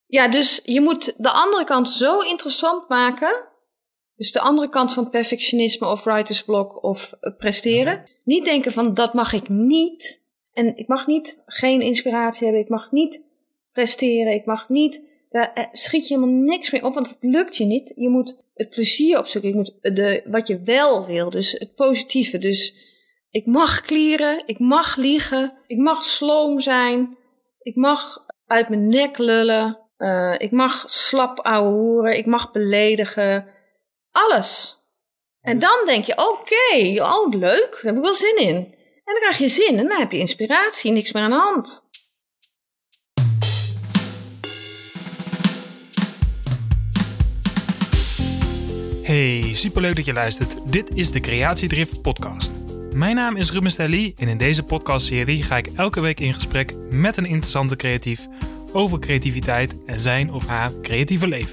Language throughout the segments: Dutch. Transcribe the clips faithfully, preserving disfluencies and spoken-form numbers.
Ja, dus je moet de andere kant zo interessant maken. Dus de andere kant van perfectionisme of writersblok of uh, presteren. Ja. Niet denken van dat mag ik niet. En ik mag niet geen inspiratie hebben. Ik mag niet presteren. Ik mag niet. Daar schiet je helemaal niks mee op, want het lukt je niet. Je moet het plezier opzoeken. Je moet de, wat je wel wil, dus het positieve. Dus ik mag klieren. Ik mag liegen. Ik mag sloom zijn. Ik mag uit mijn nek lullen. Uh, ik mag slap ouwe hoeren. Ik mag beledigen. Alles. En dan denk je, oké, okay, oh leuk, daar heb ik wel zin in. En dan krijg je zin en dan heb je inspiratie, niks meer aan de hand. Hey, superleuk dat je luistert. Dit is de Creatiedrift podcast. Mijn naam is Ruben Stelly en in deze podcastserie ga ik elke week in gesprek met een interessante creatief over creativiteit en zijn of haar creatieve leven.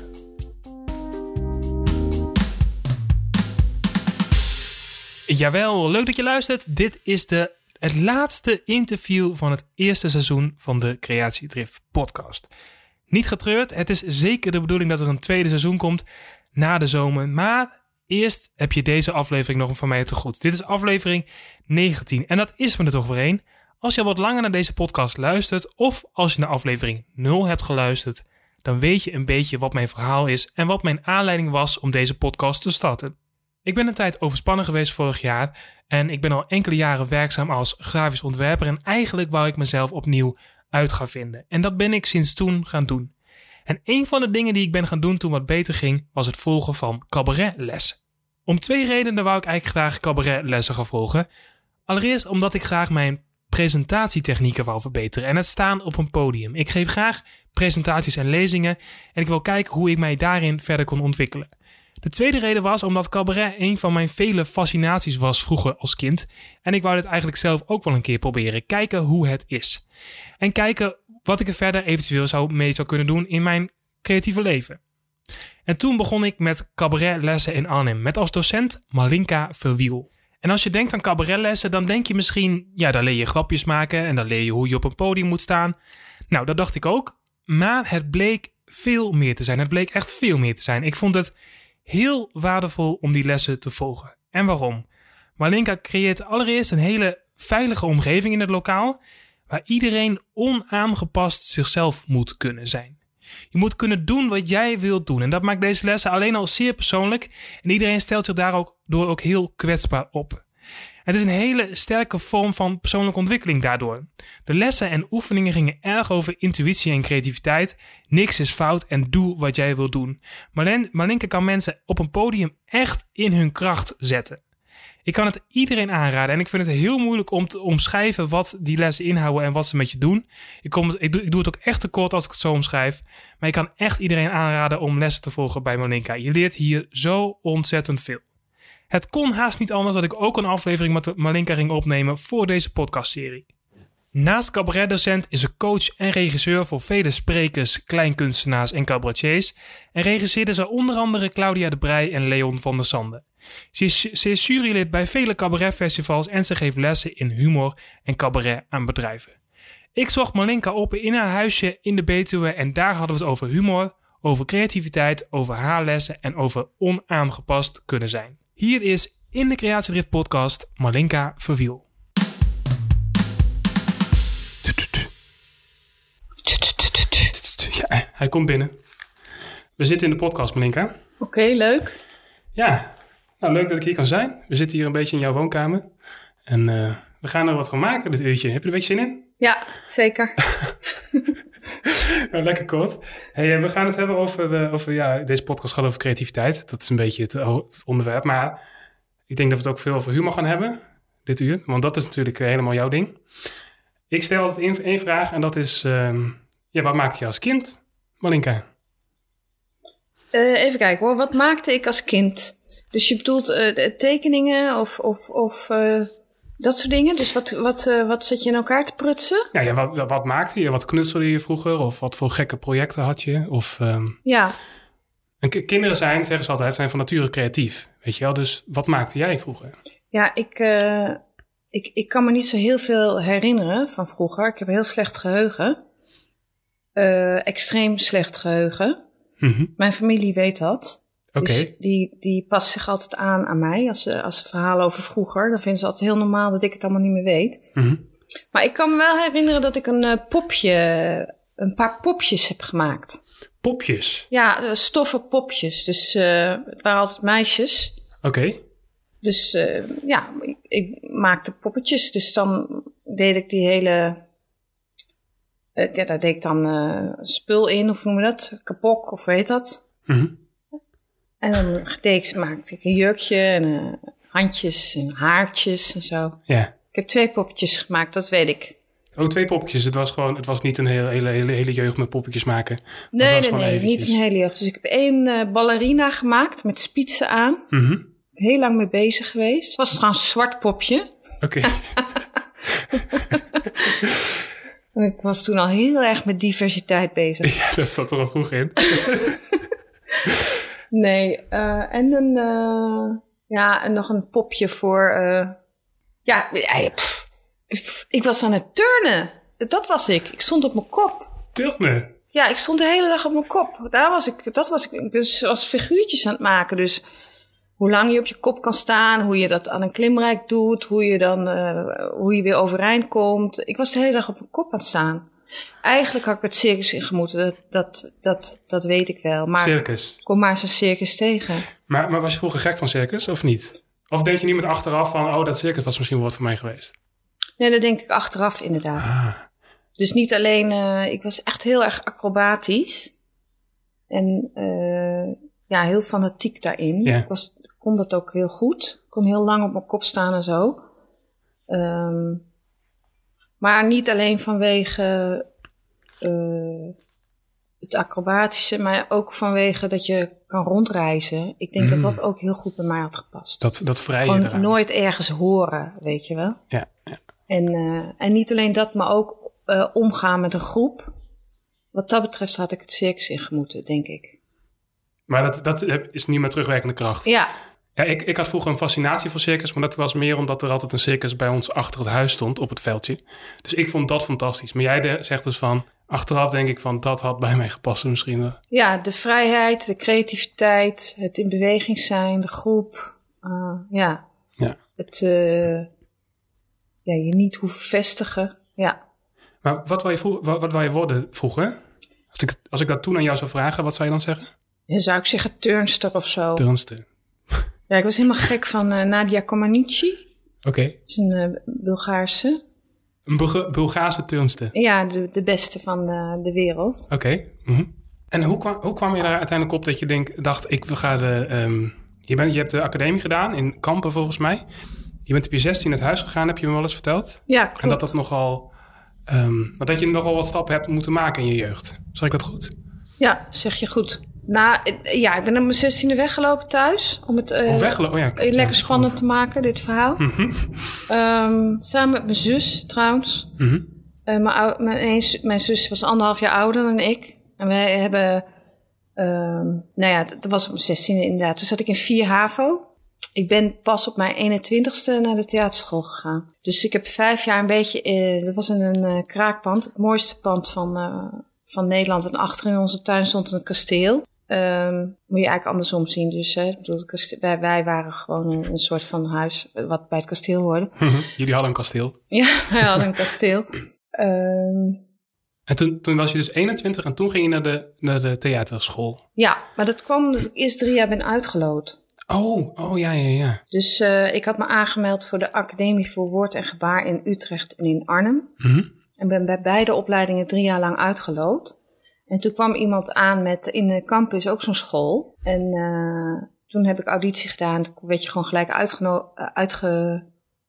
Jawel, leuk dat je luistert. Dit is de, het laatste interview van het eerste seizoen van de Creatiedrift podcast. Niet getreurd, het is zeker de bedoeling dat er een tweede seizoen komt na de zomer. Maar eerst heb je deze aflevering nog van mij te goed. Dit is aflevering negentien en dat is me er toch weer een. Als je al wat langer naar deze podcast luistert of als je naar aflevering nul hebt geluisterd, dan weet je een beetje wat mijn verhaal is en wat mijn aanleiding was om deze podcast te starten. Ik ben een tijd overspannen geweest vorig jaar en ik ben al enkele jaren werkzaam als grafisch ontwerper en eigenlijk wou ik mezelf opnieuw uit gaan vinden. En dat ben ik sinds toen gaan doen. En een van de dingen die ik ben gaan doen toen wat beter ging, was het volgen van cabaretlessen. Om twee redenen wou ik eigenlijk graag cabaretlessen gaan volgen. Allereerst omdat ik graag mijn presentatietechnieken wou verbeteren en het staan op een podium. Ik geef graag presentaties en lezingen en ik wil kijken hoe ik mij daarin verder kon ontwikkelen. De tweede reden was omdat cabaret een van mijn vele fascinaties was vroeger als kind. En ik wou dit eigenlijk zelf ook wel een keer proberen. Kijken hoe het is. En kijken wat ik er verder eventueel zou mee zou kunnen doen in mijn creatieve leven. En toen begon ik met cabaretlessen in Arnhem. Met als docent Malinka Verwiel. En als je denkt aan cabaretlessen, dan denk je misschien, ja, daar leer je grapjes maken en dan leer je hoe je op een podium moet staan. Nou, dat dacht ik ook. Maar het bleek veel meer te zijn. Het bleek echt veel meer te zijn. Ik vond het heel waardevol om die lessen te volgen. En waarom? Malinka creëert allereerst een hele veilige omgeving in het lokaal, waar iedereen onaangepast zichzelf moet kunnen zijn. Je moet kunnen doen wat jij wilt doen. En dat maakt deze lessen alleen al zeer persoonlijk. En iedereen stelt zich daardoor ook heel kwetsbaar op. Het is een hele sterke vorm van persoonlijke ontwikkeling daardoor. De lessen en oefeningen gingen erg over intuïtie en creativiteit. Niks is fout en doe wat jij wilt doen. Malinka kan mensen op een podium echt in hun kracht zetten. Ik kan het iedereen aanraden en ik vind het heel moeilijk om te omschrijven wat die lessen inhouden en wat ze met je doen. Ik, kom, ik, doe, ik doe het ook echt te kort als ik het zo omschrijf. Maar ik kan echt iedereen aanraden om lessen te volgen bij Malinka. Je leert hier zo ontzettend veel. Het kon haast niet anders dat ik ook een aflevering met Malinka ging opnemen voor deze podcastserie. Naast cabaretdocent is ze coach en regisseur voor vele sprekers, kleinkunstenaars en cabaretiers en regisseerde ze onder andere Claudia de Breij en Leon van der Sande. Ze is, ze is jurylid bij vele cabaretfestivals en ze geeft lessen in humor en cabaret aan bedrijven. Ik zocht Malinka op in haar huisje in de Betuwe en daar hadden we het over humor, over creativiteit, over haar lessen en over onaangepast kunnen zijn. Hier is in de Creatiedrift podcast Malinka Verwiel. Ja, hij komt binnen. We zitten in de podcast, Malinka. Oké, okay, leuk. Ja, nou leuk dat ik hier kan zijn. We zitten hier een beetje in jouw woonkamer. En uh, we gaan er wat van maken dit uurtje. Heb je er een beetje zin in? Ja, zeker. Nou, lekker kort. Hey, we gaan het hebben over, de, over ja, deze podcast gaat over creativiteit. Dat is een beetje het, het onderwerp. Maar ik denk dat we het ook veel over humor gaan hebben dit uur. Want dat is natuurlijk helemaal jouw ding. Ik stel altijd één, één vraag en dat is, um, ja, wat maakte je als kind, Malinka? Uh, even kijken hoor, wat maakte ik als kind? Dus je bedoelt uh, tekeningen of, of, of uh, dat soort dingen? Dus wat, wat, uh, wat zet je in elkaar te prutsen? Ja, ja wat, wat maakte je? Wat knutselde je vroeger? Of wat voor gekke projecten had je? Of, um, ja. En k- kinderen zijn, zeggen ze altijd, zijn van nature creatief. Weet je wel? Dus wat maakte jij vroeger? Ja, ik, uh, ik, ik kan me niet zo heel veel herinneren van vroeger. Ik heb een heel slecht geheugen. uh, extreem slecht geheugen. Mm-hmm. Mijn familie weet dat. Oké. Okay. Dus die, die past zich altijd aan aan mij. Als ze, als ze verhalen over vroeger, dan vinden ze altijd heel normaal dat ik het allemaal niet meer weet. Mm-hmm. Maar ik kan me wel herinneren dat ik een uh, popje, een paar popjes heb gemaakt. Popjes? Ja, uh, stoffen popjes. Dus uh, het waren altijd meisjes. Oké. Okay. Dus uh, ja, ik, ik maakte poppetjes. Dus dan deed ik die hele... Uh, ja, daar deed ik dan uh, spul in, of noem je dat? Kapok, of hoe heet dat? Mm-hmm. En dan deed ik, maakte ik een jurkje en uh, handjes en haartjes en zo. Ja. Ik heb twee poppetjes gemaakt, dat weet ik. Oh, twee poppetjes. Het was gewoon, het was niet een hele, hele, hele, hele jeugd met poppetjes maken. Nee, nee, nee, eventjes. Niet een hele jeugd. Dus ik heb één uh, ballerina gemaakt met spitsen aan. Mm-hmm. Heel lang mee bezig geweest. Het was trouwens een zwart popje. Oké. Okay. Ik was toen al heel erg met diversiteit bezig. Ja, dat zat er al vroeg in. Nee, uh, en een, uh, ja, en nog een popje voor, uh, ja, pff, pff, ik was aan het turnen. Dat was ik. Ik stond op mijn kop. Turnen? Ja, ik stond de hele dag op mijn kop. Daar was ik, dat was ik, dus als figuurtjes aan het maken. Dus hoe lang je op je kop kan staan, hoe je dat aan een klimrijk doet, hoe je dan, uh, hoe je weer overeind komt. Ik was de hele dag op mijn kop aan het staan. Eigenlijk had ik het circus ingemoeten, dat, dat, dat, dat weet ik wel. Maar circus? Kom maar eens een circus tegen. Maar, maar was je vroeger gek van circus, of niet? Of denk je niet met achteraf van, oh, dat circus was misschien wel wat voor mij geweest? Nee, dat denk ik achteraf inderdaad. Ah. Dus niet alleen, uh, ik was echt heel erg acrobatisch. En uh, ja, heel fanatiek daarin. Yeah. Ik was, kon dat ook heel goed. Ik kon heel lang op mijn kop staan en zo. Um, maar niet alleen vanwege uh, het acrobatische, maar ook vanwege dat je kan rondreizen. Ik denk mm. dat dat ook heel goed bij mij had gepast. Dat, dat vrije Gewoon eraan. Nooit ergens horen, weet je wel. Ja, ja. En, uh, en niet alleen dat, maar ook uh, omgaan met een groep. Wat dat betreft had ik het circus ingemoeten, denk ik. Maar dat, dat is niet meer terugwerkende kracht. Ja. Ja, ik, ik had vroeger een fascinatie voor circus, maar dat was meer omdat er altijd een circus bij ons achter het huis stond op het veldje. Dus ik vond dat fantastisch. Maar jij de, zegt dus van, achteraf denk ik van, dat had bij mij gepast misschien wel. Ja, de vrijheid, de creativiteit, het in beweging zijn, de groep. Uh, ja. ja. Het uh, ja, je niet hoeven vestigen. Ja. Maar wat wil je, vroeg, wat, wat wil je worden vroeger? Als ik, als ik dat toen aan jou zou vragen, wat zou je dan zeggen? Dan zou ik zeggen turnster of zo. Turnster. Ja, ik was helemaal gek van uh, Nadia Comaneci. Oké. Okay. Dat is een uh, Bulgaarse. Een Bulga- Bulgaarse turnster? Ja, de, de beste van de, de wereld. Oké. Okay. Mm-hmm. En hoe kwam, hoe kwam je daar uiteindelijk op dat je denk, dacht, ik ga de... Um, je, bent, je hebt de academie gedaan in Kampen volgens mij. Je bent op je zestien uit huis gegaan, heb je me wel eens verteld. Ja, klopt. En dat dat nogal... Um, dat je nogal wat stappen hebt moeten maken in je jeugd. Zeg ik dat goed? Ja, zeg je goed. Nou, ja, ik ben op mijn zestiende weggelopen thuis. Om het uh, oh, weggelo- oh, ja, lekker ja, spannend goed. te maken, dit verhaal. Mm-hmm. Um, samen met mijn zus, trouwens. Mm-hmm. Uh, mijn, mijn, mijn zus was anderhalf jaar ouder dan ik. En wij hebben... Um, nou ja, dat was op mijn zestiende inderdaad. Toen zat ik in vier HAVO. Ik ben pas op mijn eenentwintigste naar de theaterschool gegaan. Dus ik heb vijf jaar een beetje... Uh, dat was in een uh, kraakpand. Het mooiste pand van, uh, van Nederland. En achter in onze tuin stond een kasteel. Um, moet je eigenlijk andersom zien. Dus hè, ik bedoel, kasteel, wij, wij waren gewoon een, een soort van huis wat bij het kasteel hoorde. Mm-hmm. Jullie hadden een kasteel? Ja, wij hadden een kasteel. Um, en toen, toen was je dus eenentwintig en toen ging je naar de, naar de theaterschool? Ja, maar dat kwam omdat ik eerst drie jaar ben uitgeloot. Oh, oh ja, ja, ja. Dus uh, ik had me aangemeld voor de Academie voor Woord en Gebaar in Utrecht en in Arnhem. Mm-hmm. En ben bij beide opleidingen drie jaar lang uitgeloot. En toen kwam iemand aan met, in de campus ook zo'n school. En uh, toen heb ik auditie gedaan. Toen werd je gewoon gelijk uitgeno- uitge...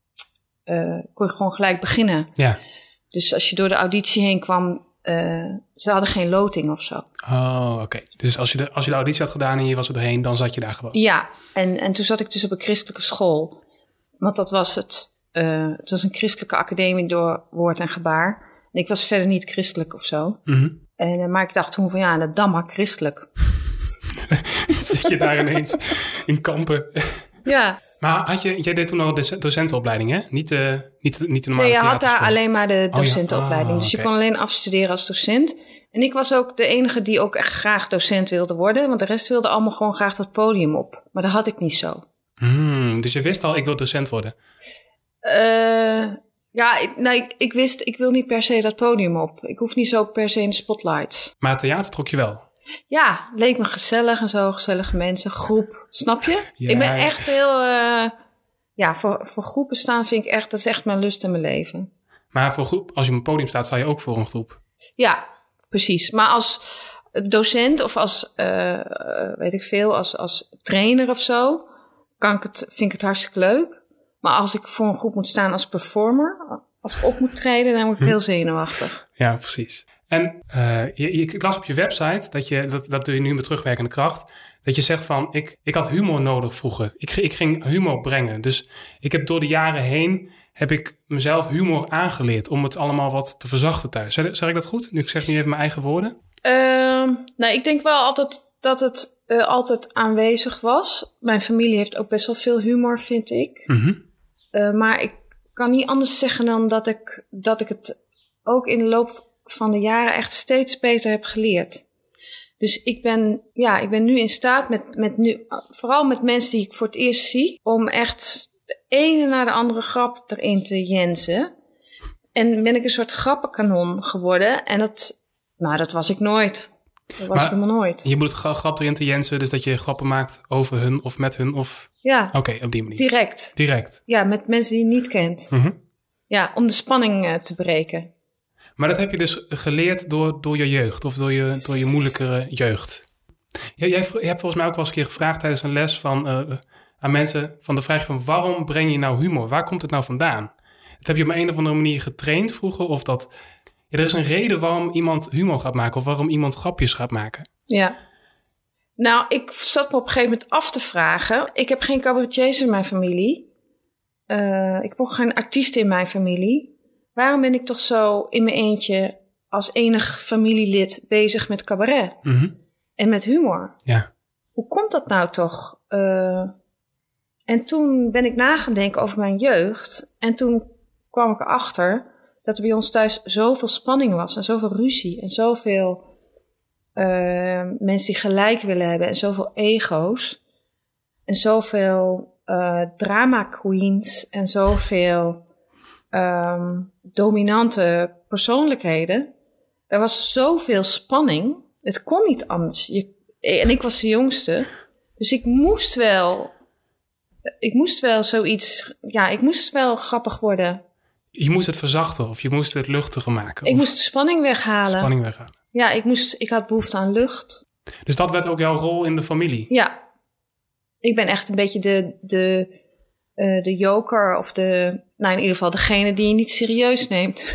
Uh, kon je gewoon gelijk beginnen. Ja. Dus als je door de auditie heen kwam, uh, ze hadden geen loting of zo. Oh, oké. Okay. Dus als je, de, als je de auditie had gedaan en je was er doorheen, dan zat je daar gewoon? Ja, en, en toen zat ik dus op een christelijke school. Want dat was het. Uh, het was een christelijke academie door woord en gebaar. En ik was verder niet christelijk of zo. Mm-hmm. En, uh, maar ik dacht toen van ja, dat dan maar christelijk. Zit je daar ineens in Kampen? Ja. Maar had je, jij deed toen al de docentenopleiding, hè? Niet de, niet de, niet de normale Nee, je had daar theaterschool. alleen maar de Oh, ja. docentenopleiding. Ah, Dus je oké. kon alleen afstuderen als docent. En ik was ook de enige die ook echt graag docent wilde worden. Want de rest wilde allemaal gewoon graag dat podium op. Maar dat had ik niet zo. Hmm, dus je wist al, ik wil docent worden. Uh, ja, ik, nou, ik, ik wist, ik wil niet per se dat podium op. Ik hoef niet zo per se in de spotlights. Maar het theater trok je wel. Ja, leek me gezellig en zo. Gezellige mensen, groep. Snap je? Ja. Ik ben echt heel... Uh, ja, voor, voor groepen staan vind ik echt... Dat is echt mijn lust in mijn leven. Maar voor groep, als je op een podium staat, sta je ook voor een groep. Ja, precies. Maar als docent of als, uh, weet ik veel, als, als trainer of zo... Kan ik het, vind ik het hartstikke leuk. Maar als ik voor een groep moet staan als performer... Als ik op moet treden, dan word ik hm. heel zenuwachtig. Ja, precies. En uh, je, je, ik las op je website, dat, je, dat, dat doe je nu met terugwerkende kracht... dat je zegt van, ik, ik had humor nodig vroeger. Ik, ik ging humor brengen. Dus ik heb door de jaren heen... heb ik mezelf humor aangeleerd... om het allemaal wat te verzachten thuis. Zeg, zeg ik dat goed? Nu ik zeg niet even mijn eigen woorden. Uh, nou, ik denk wel altijd dat het uh, altijd aanwezig was. Mijn familie heeft ook best wel veel humor, vind ik. Mm-hmm. Uh, maar ik kan niet anders zeggen dan dat ik, dat ik het ook in de loop van de jaren echt steeds beter heb geleerd. Dus ik ben, ja, ik ben nu in staat, met, met nu, vooral met mensen die ik voor het eerst zie, om echt de ene na de andere grap erin te jensen. En ben ik een soort grappenkanon geworden. En dat, nou, dat was ik nooit. Dat was maar ik helemaal nooit. Je moet het grap erin te jensen, dus dat je grappen maakt over hun of met hun of... Ja. Oké, okay, op die manier. Direct. Direct. Ja, met mensen die je niet kent. Mm-hmm. Ja, om de spanning uh, te breken. Maar dat heb je dus geleerd door, door je jeugd of door je, door je moeilijkere jeugd. Ja, jij, je hebt volgens mij ook wel eens een keer gevraagd tijdens een les van, uh, aan mensen van de vraag van waarom breng je nou humor? Waar komt het nou vandaan? Dat heb je op een of andere manier getraind vroeger of dat... Ja, er is een reden waarom iemand humor gaat maken of waarom iemand grapjes gaat maken. Ja. Nou, ik zat me op een gegeven moment af te vragen. Ik heb geen cabaretiers in mijn familie. Uh, ik heb ook geen artiesten in mijn familie. Waarom ben ik toch zo in mijn eentje als enig familielid bezig met cabaret? Mm-hmm. En met humor? Ja. Hoe komt dat nou toch? Uh, en toen ben ik na gaan denken over mijn jeugd. En toen kwam ik erachter dat er bij ons thuis zoveel spanning was. En zoveel ruzie. En zoveel uh, mensen die gelijk willen hebben. En zoveel ego's. En zoveel uh, drama queens. En zoveel... Um, dominante persoonlijkheden. Er was zoveel spanning. Het kon niet anders. Je, en ik was de jongste. Dus ik moest wel... Ik moest wel zoiets... Ja, ik moest wel grappig worden. Je moest het verzachten of je moest het luchtiger maken? Ik moest de spanning weghalen. Spanning weghalen. Ja, ik, moest, ik had behoefte aan lucht. Dus dat werd ook jouw rol in de familie? Ja. Ik ben echt een beetje de... de Uh, de joker of de... Nou, in ieder geval degene die je niet serieus neemt.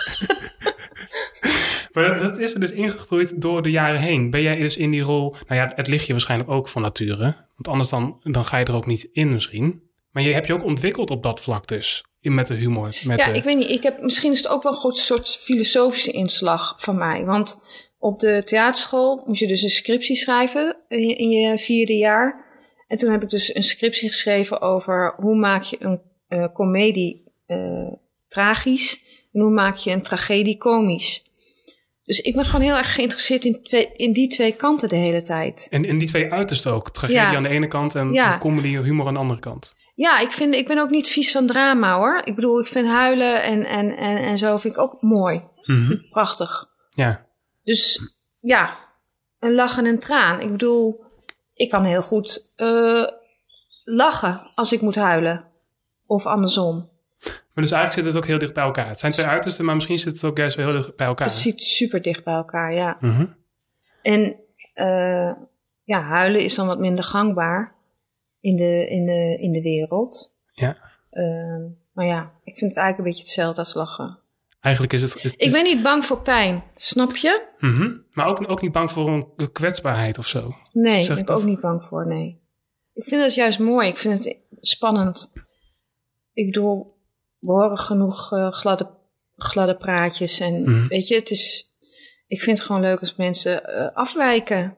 Maar dat, dat is er dus ingegroeid door de jaren heen. Ben jij dus in die rol... Nou ja, het ligt je waarschijnlijk ook van nature. Want anders dan, dan ga je er ook niet in misschien. Maar je hebt je ook ontwikkeld op dat vlak dus. Met de humor. Met ja, de... ik weet niet. Ik heb, misschien is het ook wel een soort filosofische inslag van mij. Want op de theaterschool moest je dus een scriptie schrijven in, in je vierde jaar... En toen heb ik dus een scriptie geschreven over hoe maak je een uh, komedie uh, tragisch en hoe maak je een tragedie komisch. Dus ik ben gewoon heel erg geïnteresseerd in, twee, in die twee kanten de hele tijd. En in die twee uitersten ook. Tragedie ja. aan de ene kant en ja. comedy, humor aan de andere kant. Ja, ik, vind, ik ben ook niet vies van drama hoor. Ik bedoel, ik vind huilen en, en, en, en zo vind ik ook mooi. Mm-hmm. Prachtig. Ja. Dus ja, een lach en een traan. Ik bedoel... Ik kan heel goed uh, lachen als ik moet huilen. Of andersom. Maar dus eigenlijk zit het ook heel dicht bij elkaar. Het zijn twee uitersten, maar misschien zit het ook juist wel heel dicht bij elkaar. Het zit super dicht bij elkaar, ja. Mm-hmm. En uh, ja, huilen is dan wat minder gangbaar in de, in de, in de wereld. Ja. Uh, maar ja, ik vind het eigenlijk een beetje hetzelfde als lachen. Eigenlijk is het... Is, is... Ik ben niet bang voor pijn, snap je? Mm-hmm. Maar ook, ook niet bang voor een kwetsbaarheid of zo? Nee, daar ben ik dat? ook niet bang voor, nee. Ik vind het juist mooi, ik vind het spannend. Ik bedoel, we horen genoeg uh, gladde, gladde praatjes. En mm-hmm. weet je, het is... Ik vind het gewoon leuk als mensen uh, afwijken.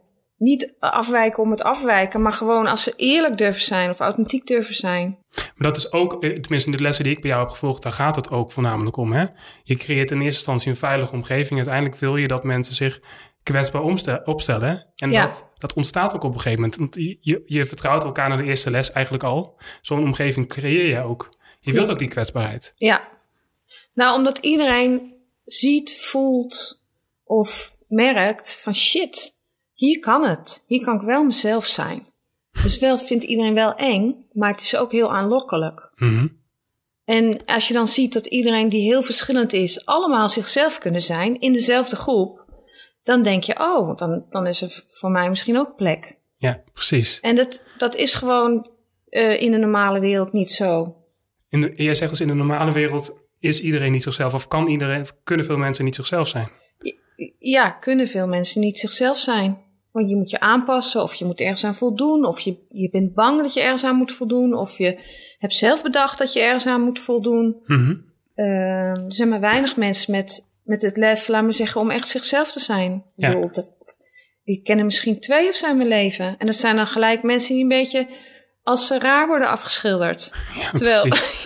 niet afwijken om het afwijken, maar gewoon als ze eerlijk durven zijn of authentiek durven zijn. Maar dat is ook, tenminste in de lessen die ik bij jou heb gevolgd, daar gaat het ook voornamelijk om. Hè? Je creëert in eerste instantie een veilige omgeving. Uiteindelijk wil je dat mensen zich kwetsbaar omstel- opstellen. En Ja. dat, dat ontstaat ook op een gegeven moment. Want je, je vertrouwt elkaar naar de eerste les eigenlijk al. Zo'n omgeving creëer je ook. Je wilt ook die kwetsbaarheid. Ja. Nou, omdat iedereen ziet, voelt of merkt van shit, hier kan het. Hier kan ik wel mezelf zijn. Dus wel vindt iedereen wel eng, maar het is ook heel aanlokkelijk. Mm-hmm. En als je dan ziet dat iedereen die heel verschillend is, allemaal zichzelf kunnen zijn in dezelfde groep, dan denk je, oh, dan, dan is er voor mij misschien ook plek. Ja, precies. En dat, dat is gewoon uh, in de normale wereld niet zo. In de, jij zegt dus in de normale wereld is iedereen niet zichzelf, of kan iedereen, kunnen veel mensen niet zichzelf zijn? Ja, kunnen veel mensen niet zichzelf zijn. Want je moet je aanpassen, of je moet ergens aan voldoen, of je, je bent bang dat je ergens aan moet voldoen, of je hebt zelf bedacht dat je ergens aan moet voldoen. Mm-hmm. Uh, er zijn maar weinig mensen met, met het lef, laat me zeggen, om echt zichzelf te zijn. Ja. Ik, bedoel, dat, ik ken er misschien twee of zo in mijn leven. En dat zijn dan gelijk mensen die een beetje als ze raar worden afgeschilderd. Ja, Terwijl,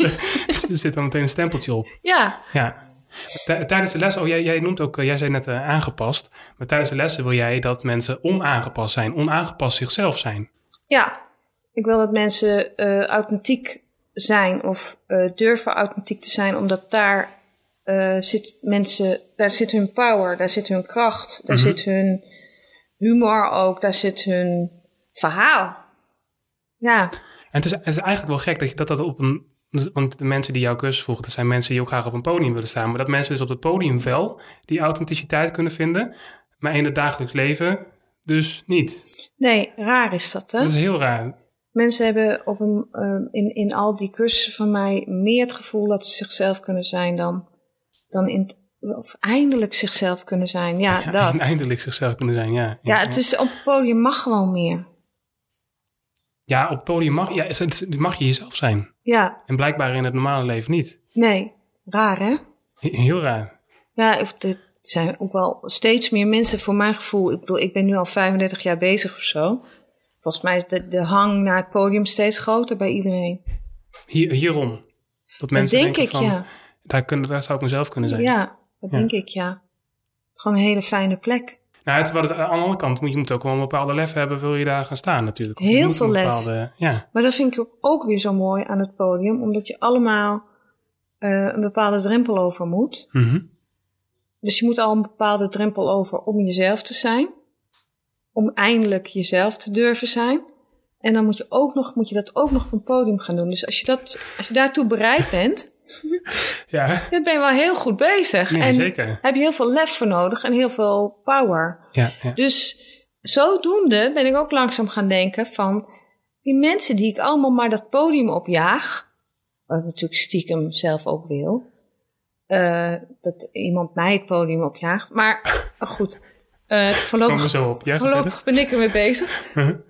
er zit dan meteen een stempeltje op. ja, Ja. Tijdens de les, oh jij, jij noemt ook, jij zei net uh, aangepast, maar tijdens de lessen wil jij dat mensen onaangepast zijn, onaangepast zichzelf zijn. ja, ik wil dat mensen uh, authentiek zijn of uh, durven authentiek te zijn, omdat daar uh, zit mensen, daar zit hun power, daar zit hun kracht, daar Mm-hmm. zit hun humor ook, daar zit hun verhaal. Ja, En het is, het is eigenlijk wel gek dat je dat, dat op een, want de mensen die jouw cursus volgen, dat zijn mensen die ook graag op een podium willen staan, maar dat mensen dus op het podium wel die authenticiteit kunnen vinden, maar in het dagelijks leven dus niet. nee, raar is dat, hè? Dat is heel raar. Mensen hebben op een, uh, in, in al die cursussen van mij meer het gevoel dat ze zichzelf kunnen zijn dan, dan in het, of eindelijk zichzelf kunnen zijn. Ja, Ja, dat. en eindelijk zichzelf kunnen zijn, ja. Ja, Ja, het is op het podium mag gewoon meer. ja op het podium mag, ja, mag je jezelf zijn. Ja, En blijkbaar in het normale leven niet. nee, raar hè? Heel raar. Ja, er zijn ook wel steeds meer mensen voor mijn gevoel. Ik bedoel, ik ben nu al vijfendertig jaar bezig of zo. Volgens mij is de, de hang naar het podium steeds groter bij iedereen. Hier, hierom. Dat Dat mensen denk denken ik, van, ja. daar, kunnen, daar zou ik mezelf kunnen zijn. Ja, dat Ja. denk ik, ja. Het is gewoon een hele fijne plek. Nou, het, wat het, aan de andere kant moet je moet ook wel een bepaalde lef hebben, wil je daar gaan staan natuurlijk. Of je Heel moet veel een lef. bepaalde- ja. Maar dat vind ik ook, ook weer zo mooi aan het podium. Omdat je allemaal uh, een bepaalde drempel over moet. Mm-hmm. Dus je moet al een bepaalde drempel over om jezelf te zijn. Om eindelijk jezelf te durven zijn. En dan moet je, ook nog, moet je dat ook nog op een podium gaan doen. Dus als je, dat, als je daartoe bereid bent, Ja, dan ben je wel heel goed bezig. nee, en zeker. heb je heel veel lef voor nodig en heel veel power. Ja, ja. Dus zodoende ben ik ook langzaam gaan denken van die mensen die ik allemaal maar dat podium opjaag, wat ik natuurlijk stiekem zelf ook wil, uh, dat iemand mij het podium opjaagt. Maar oh goed, uh, voorlopig, Komen we zo op. Ja, voorlopig ben ik ermee bezig.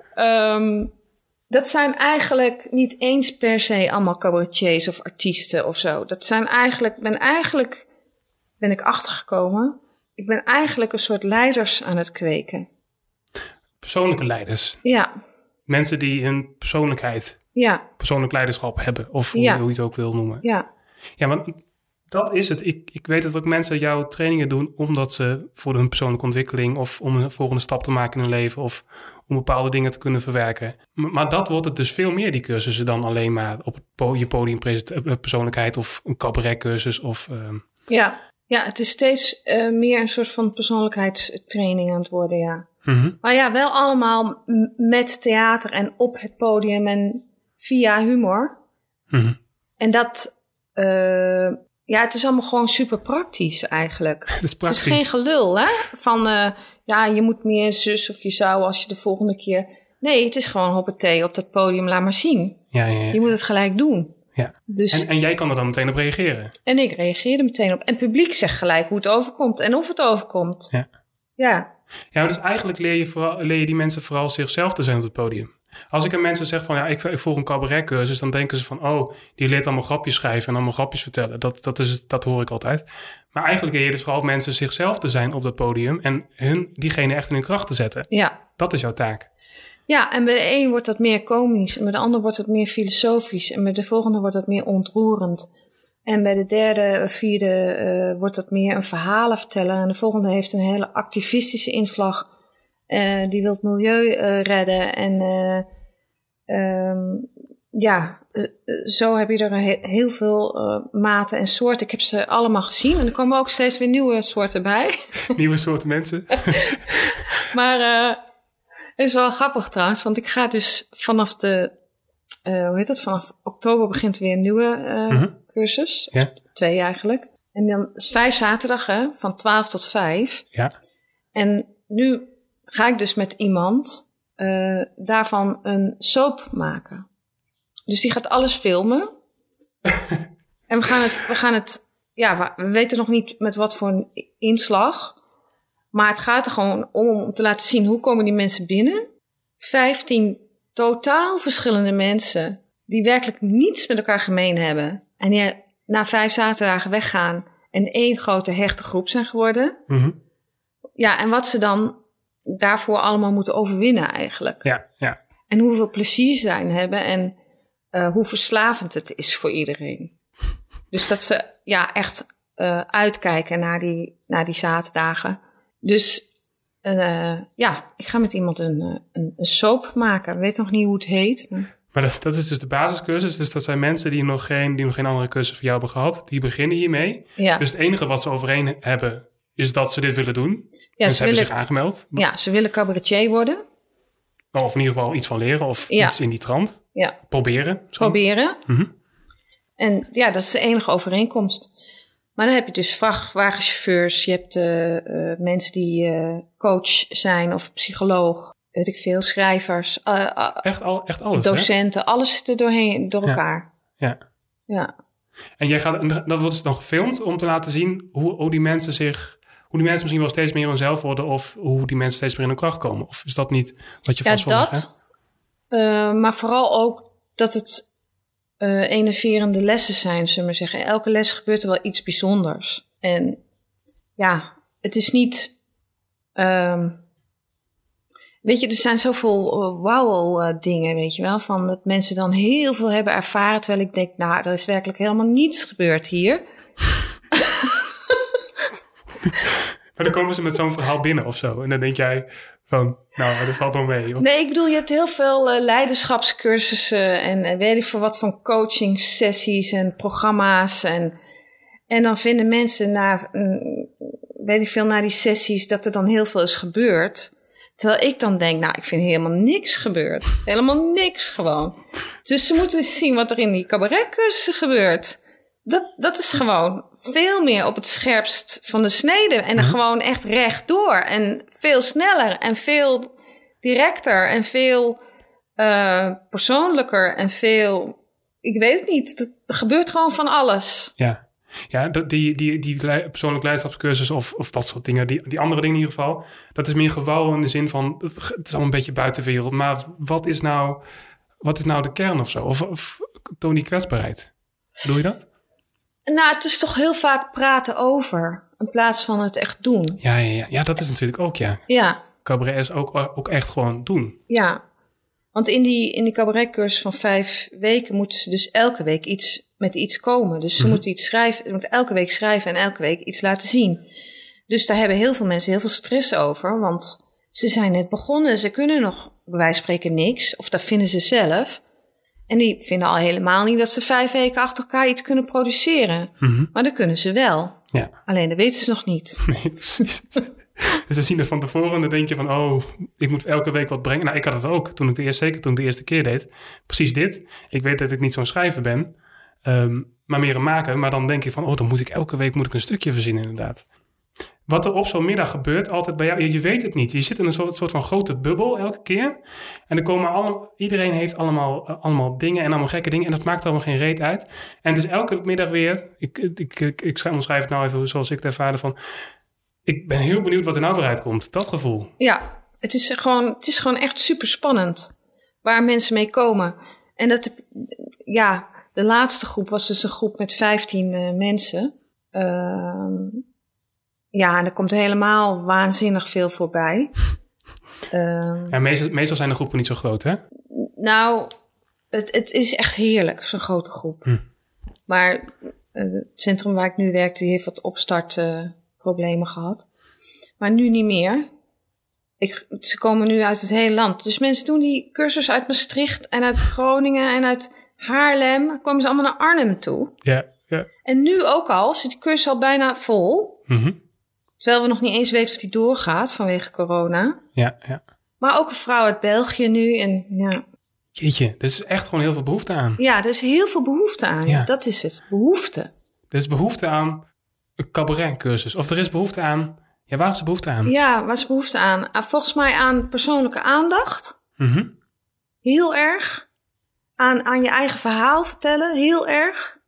um, dat zijn eigenlijk niet eens per se allemaal cabaretiers of artiesten of zo. Dat zijn eigenlijk, ben eigenlijk, ben ik achtergekomen, ik ben eigenlijk een soort leiders aan het kweken. Persoonlijke leiders. Ja, Mensen die hun persoonlijkheid, ja, persoonlijk leiderschap hebben. Of hoe, Ja. hoe je het ook wil noemen. ja. Ja, want dat is het. Ik, ik weet dat ook mensen jouw trainingen doen omdat ze voor hun persoonlijke ontwikkeling of om een volgende stap te maken in hun leven of om bepaalde dingen te kunnen verwerken. Maar, maar dat wordt het dus veel meer, die cursussen, dan alleen maar op het po- je podium persoonlijkheid of een cabaretcursus of... Uh... Ja. Ja, het is steeds uh, meer een soort van persoonlijkheidstraining aan het worden, ja. Mm-hmm. Maar ja, wel allemaal m- met theater en op het podium en via humor. Mm-hmm. En dat, uh, ja, het is allemaal gewoon super praktisch eigenlijk. Het is praktisch. Het is geen gelul, hè? Van, uh, ja, je moet meer zus of je zou als je de volgende keer... Nee, het is gewoon hoppatee op dat podium, laat maar zien. Ja, ja, ja. Je moet het gelijk doen. Ja. Dus, En, en jij kan er dan meteen op reageren. en ik reageerde meteen op. En het publiek zegt gelijk hoe het overkomt en of het overkomt. Ja. Ja. Ja, dus eigenlijk leer je, vooral, leer je die mensen vooral zichzelf te zijn op het podium. Als ik aan mensen zeg van, ja, ik, ik volg een cabaretcursus, dan denken ze van, oh, die leert allemaal grapjes schrijven en allemaal grapjes vertellen. Dat, dat, is, dat hoor ik altijd. Maar eigenlijk leer je dus vooral mensen zichzelf te zijn op dat podium en hun, diegene echt in hun kracht te zetten. Ja. dat is jouw taak. Ja, en bij de een wordt dat meer komisch en bij de ander wordt het meer filosofisch en bij de volgende wordt dat meer ontroerend. En bij de derde, vierde uh, wordt dat meer een verhalenverteller en de volgende heeft een hele activistische inslag. Uh, die wil het milieu uh, redden en uh, um, ja, uh, zo heb je er he- heel veel uh, maten en soorten. Ik heb ze allemaal gezien en er komen ook steeds weer nieuwe soorten bij. Nieuwe soorten mensen. Maar uh, het is wel grappig trouwens, want ik ga dus vanaf de, uh, hoe heet dat, vanaf oktober begint weer een nieuwe uh, mm-hmm. cursus. Of ja. twee eigenlijk. En dan is vijf zaterdag, hè, van twaalf tot vijf. Ja. En nu ga ik dus met iemand uh, daarvan een soap maken. Dus die gaat alles filmen. En we gaan het, we gaan het, ja, we weten nog niet met wat voor een inslag. Maar het gaat er gewoon om om te laten zien hoe komen die mensen binnen. Vijftien totaal verschillende mensen die werkelijk niets met elkaar gemeen hebben. En die na vijf zaterdagen weggaan en één grote hechte groep zijn geworden. Mm-hmm. Ja, en wat ze dan daarvoor allemaal moeten overwinnen eigenlijk. Ja, ja. En hoeveel plezier ze daarin hebben en uh, hoe verslavend het is voor iedereen. Dus dat ze ja echt uh, uitkijken naar die, naar die zaterdagen. Dus uh, ja, ik ga met iemand een, een, een soap maken. Ik weet nog niet hoe het heet. Maar, maar dat, dat is dus de basiscursus. Dus dat zijn mensen die nog geen, die nog geen andere cursus voor jou hebben gehad. Die beginnen hiermee. Ja. Dus het enige wat ze overeen hebben is dat ze dit willen doen. Ja, en ze, ze hebben willen, zich aangemeld. Ja, ze willen cabaretier worden. Of in ieder geval iets van leren of ja. iets in die trant. Ja. Proberen. Misschien. Proberen. Mm-hmm. En ja, dat is de enige overeenkomst. Maar dan heb je dus vrachtwagenchauffeurs. Je hebt uh, uh, mensen die uh, coach zijn of psycholoog. Weet ik veel, schrijvers. Uh, uh, echt, al, echt alles, docenten. Hè? Alles zit er doorheen, door elkaar. Ja. ja. En jij gaat, dat wordt dus dan gefilmd om te laten zien hoe, hoe die mensen zich... Hoe die mensen misschien wel steeds meer hunzelf worden... of hoe die mensen steeds meer in hun kracht komen. Of is dat niet wat je ja, vast verwacht? Ja, dat. Uh, maar vooral ook dat het uh, enerverende lessen zijn, zullen we zeggen. In elke les gebeurt er wel iets bijzonders. En ja, het is niet... Um, weet je, er zijn zoveel uh, wauw uh, dingen, weet je wel. Van dat mensen dan heel veel hebben ervaren. Terwijl ik denk, nou, er is werkelijk helemaal niets gebeurd hier. Maar dan komen ze met zo'n verhaal binnen of zo. En dan denk jij van, nou, dat valt wel mee. Of... Nee, ik bedoel, je hebt heel veel uh, leiderschapscursussen en uh, weet ik veel wat van coaching sessies en programma's. En, en dan vinden mensen na, uh, weet ik veel, na die sessies dat er dan heel veel is gebeurd. Terwijl ik dan denk, nou, ik vind helemaal niks gebeurd. Helemaal niks gewoon. Dus ze moeten eens zien wat er in die cabaretcursussen gebeurt. Dat, dat is gewoon veel meer op het scherpst van de snede. En dan mm-hmm. gewoon echt rechtdoor. En veel sneller en veel directer. En veel uh, persoonlijker. En veel... Ik weet het niet. Er gebeurt gewoon van alles. Ja, ja die, die, die persoonlijk leiderschapscursus of, of dat soort dingen. Die, die andere dingen in ieder geval. Dat is meer gewauw in de zin van... Het is allemaal een beetje buitenwereld. Maar wat is nou, wat is nou de kern of zo? Of, of toon die kwetsbaarheid? Doe je dat? Nou, het is toch heel vaak praten over, in plaats van het echt doen. Ja, ja, ja. ja dat is natuurlijk ook, ja. Ja. Cabaret is ook, ook echt gewoon doen. Ja, want in die, in die cabaretcursus van vijf weken moeten ze dus elke week iets met iets komen. Dus ze mm-hmm. moeten iets schrijven, ze moeten elke week schrijven en elke week iets laten zien. Dus daar hebben heel veel mensen heel veel stress over, want ze zijn net begonnen. Ze kunnen nog, bij wijze van spreken, niks, of dat vinden ze zelf. En die vinden al helemaal niet dat ze vijf weken achter elkaar iets kunnen produceren. Mm-hmm. Maar dat kunnen ze wel. Ja. Alleen dat weten ze nog niet. Nee, precies. Dus ze zien het van tevoren en dan denk je van... oh, ik moet elke week wat brengen. Nou, ik had het ook, toen ik de eerste, zeker toen ik de eerste keer deed. Precies dit. Ik weet dat ik niet zo'n schrijver ben. Um, maar meer een maker. Maar dan denk ik van... oh, dan moet ik elke week moet ik een stukje verzinnen inderdaad. Wat er op zo'n middag gebeurt, altijd bij jou... je weet het niet. Je zit in een soort, soort van grote bubbel elke keer. En er komen allemaal... iedereen heeft allemaal, allemaal dingen en allemaal gekke dingen. En dat maakt allemaal geen reet uit. En het is elke middag weer... Ik, ik, ik, ik omschrijf het nou even zoals ik het ervaarde van... ik ben heel benieuwd wat er nou weer uitkomt. Dat gevoel. Ja, het is gewoon, het is gewoon echt super spannend. Waar mensen mee komen. En dat... ja, de laatste groep was dus een groep met vijftien uh, mensen... Uh, Ja, en er komt helemaal waanzinnig veel voorbij. Um, ja, meestal, meestal zijn de groepen niet zo groot, hè? Nou, het, het is echt heerlijk, zo'n grote groep. Hm. Maar uh, het centrum waar ik nu werk, die heeft wat opstartproblemen uh, gehad. Maar nu niet meer. Ik, ze komen nu uit het hele land. Dus mensen doen die cursus uit Maastricht en uit Groningen en uit Haarlem. Dan komen ze allemaal naar Arnhem toe. Ja, ja. En nu ook al zit die cursus al bijna vol. Mm-hmm. Terwijl we nog niet eens weten of die doorgaat vanwege corona. Ja, ja. Maar ook een vrouw uit België nu. En ja. Jeetje, er is echt gewoon heel veel behoefte aan. Ja, er is heel veel behoefte aan. Ja. Dat is het, behoefte. Er is behoefte aan een cabaretcursus. Of er is behoefte aan... Ja, waar is de behoefte aan? Ja, waar is behoefte aan? Volgens mij aan persoonlijke aandacht. Mm-hmm. Heel erg. Aan, aan je eigen verhaal vertellen. Heel erg.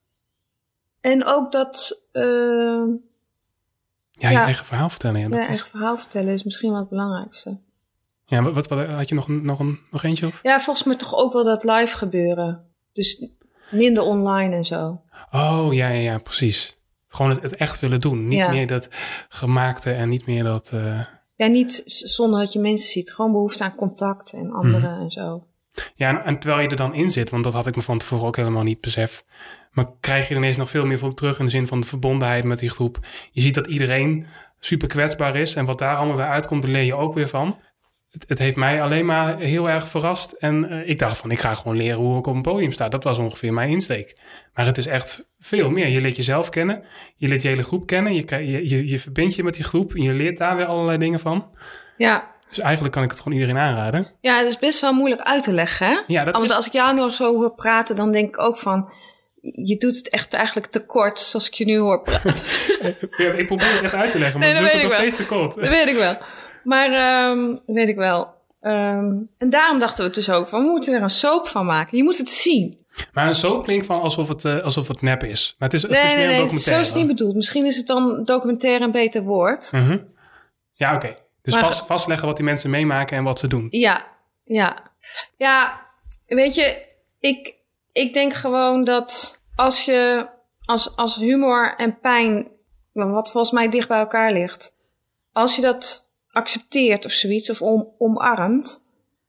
En ook dat... Uh, ja, je ja, eigen verhaal vertellen. Ja, dat je is... eigen verhaal vertellen is misschien wel het belangrijkste. Ja, wat, wat had je nog, nog, een, nog eentje? Of? Ja, volgens mij toch ook wel dat live gebeuren. Dus minder online en zo. Oh, ja, ja, ja, precies. Gewoon het, het echt willen doen. Niet ja. meer dat gemaakte en niet meer dat... Uh... Ja, niet zonder dat je mensen ziet. Gewoon behoefte aan contact en anderen mm. en zo. Ja, en, en terwijl je er dan in zit, want dat had ik me van tevoren ook helemaal niet beseft. Maar krijg je er ineens nog veel meer voor terug in de zin van de verbondenheid met die groep. Je ziet dat iedereen super kwetsbaar is en wat daar allemaal weer uitkomt, daar leer je ook weer van. Het, het heeft mij alleen maar heel erg verrast. En uh, ik dacht van, ik ga gewoon leren hoe ik op een podium sta. Dat was ongeveer mijn insteek. Maar het is echt veel meer. Je leert jezelf kennen. Je leert je hele groep kennen. Je, je, je, je verbindt je met die groep. En je leert daar weer allerlei dingen van. Ja. Dus eigenlijk kan ik het gewoon iedereen aanraden. Ja, het is best wel moeilijk uit te leggen, hè? Ja, dat Want is... als ik jou nou zo hoor praten, dan denk ik ook van... Je doet het echt eigenlijk te kort, zoals ik je nu hoor praten. Ja, ik probeer het echt uit te leggen, maar nee, dat doe ik nog steeds te kort. Dat weet ik wel. Maar um, dat weet ik wel. Um, en daarom dachten we het dus ook van, we moeten er een soap van maken. Je moet het zien. Maar een soap klinkt van alsof het, uh, alsof het nep is. Maar het is, nee, het is meer nee, een nee, documentaire. Zo is het niet bedoeld. Misschien is het dan documentaire een beter woord. Uh-huh. Ja, oké. Okay. Dus maar, vast, vastleggen wat die mensen meemaken en wat ze doen. Ja, ja. Ja, weet je, ik, ik denk gewoon dat als je als, als humor en pijn, wat volgens mij dicht bij elkaar ligt, als je dat accepteert of zoiets, of om, omarmt.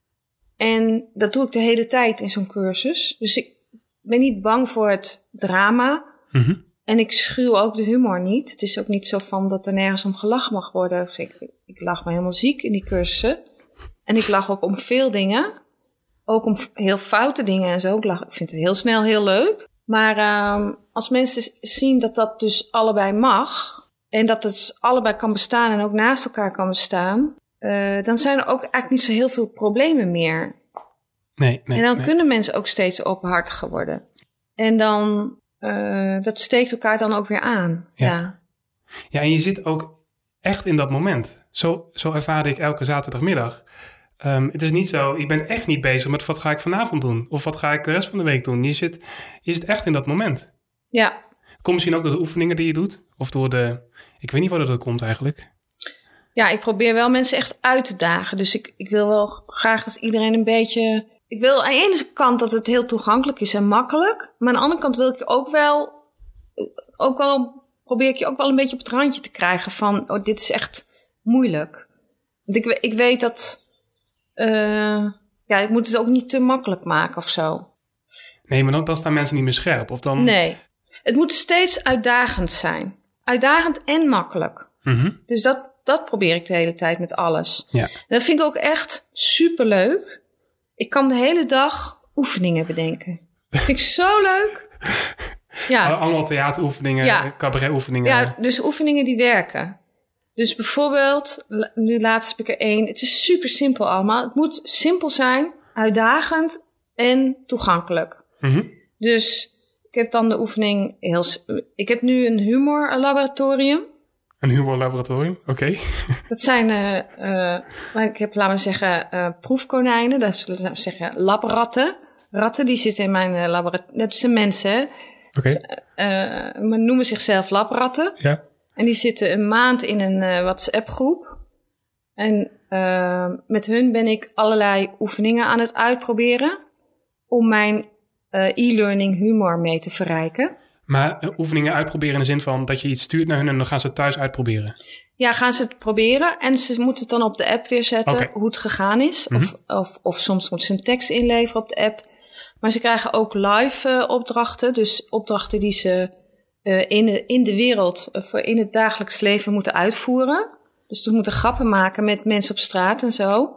En dat doe ik de hele tijd in zo'n cursus. Dus ik ben niet bang voor het drama. Mm-hmm. En ik schuw ook de humor niet. Het is ook niet zo van dat er nergens om gelachen mag worden. Dus ik, ik lach me helemaal ziek in die cursussen. En ik lach ook om veel dingen. Ook om heel foute dingen en zo. Ik, lach, ik vind het heel snel heel leuk. Maar um, als mensen zien dat dat dus allebei mag... en dat het dus allebei kan bestaan en ook naast elkaar kan bestaan... Uh, dan zijn er ook eigenlijk niet zo heel veel problemen meer. Nee, nee, en dan nee. kunnen mensen ook steeds openhartiger worden. En dan... Uh, dat steekt elkaar dan ook weer aan. Ja. Ja. ja, en je zit ook echt in dat moment. Zo, zo ervaarde ik elke zaterdagmiddag. Um, het is niet zo, ik ben echt niet bezig met wat ga ik vanavond doen. Of wat ga ik de rest van de week doen. Je zit, je zit echt in dat moment. Ja. Komt misschien ook door de oefeningen die je doet. Of door de, ik weet niet waar dat komt eigenlijk. Ja, ik probeer wel mensen echt uit te dagen. Dus ik, ik wil wel graag dat iedereen een beetje... Ik wil aan de ene kant dat het heel toegankelijk is en makkelijk. Maar aan de andere kant wil ik je ook wel... Ook wel probeer ik je ook wel een beetje op het randje te krijgen van... Oh, dit is echt moeilijk. Want ik, ik weet dat... Uh, ja, ik moet het ook niet te makkelijk maken of zo. Nee, maar dan, dan staan mensen niet meer scherp. Of dan... Nee, het moet steeds uitdagend zijn. Uitdagend en makkelijk. Mm-hmm. Dus dat, dat probeer ik de hele tijd met alles. Ja. En dat vind ik ook echt superleuk. Ik kan de hele dag oefeningen bedenken. Dat vind ik zo leuk. Ja. Allemaal theateroefeningen, ja. cabaretoefeningen. Ja, dus oefeningen die werken. Dus bijvoorbeeld, nu laatst heb ik er één. Het is super simpel allemaal. Het moet simpel zijn, uitdagend en toegankelijk. Mm-hmm. Dus ik heb dan de oefening heel... Ik heb nu een humorlaboratorium. Een humorlaboratorium, oké. Okay. Dat zijn, uh, uh, ik heb, laten we zeggen, uh, proefkonijnen. Dat is, laten we zeggen, labratten. Ratten, die zitten in mijn uh, laboratorium. Dat zijn mensen, Oké. Okay. Uh, maar noemen zichzelf labratten. Ja. En die zitten een maand in een uh, WhatsApp-groep. En uh, met hun ben ik allerlei oefeningen aan het uitproberen... om mijn uh, e-learning humor mee te verrijken. Maar uh, oefeningen uitproberen in de zin van dat je iets stuurt naar hun en dan gaan ze het thuis uitproberen? Ja, gaan ze het proberen en ze moeten het dan op de app weer zetten okay. hoe het gegaan is. Mm-hmm. Of, of, of soms moeten ze een tekst inleveren op de app. Maar ze krijgen ook live uh, opdrachten. Dus opdrachten die ze uh, in, de, in de wereld, uh, in het dagelijks leven moeten uitvoeren. Dus ze moeten grappen maken met mensen op straat en zo.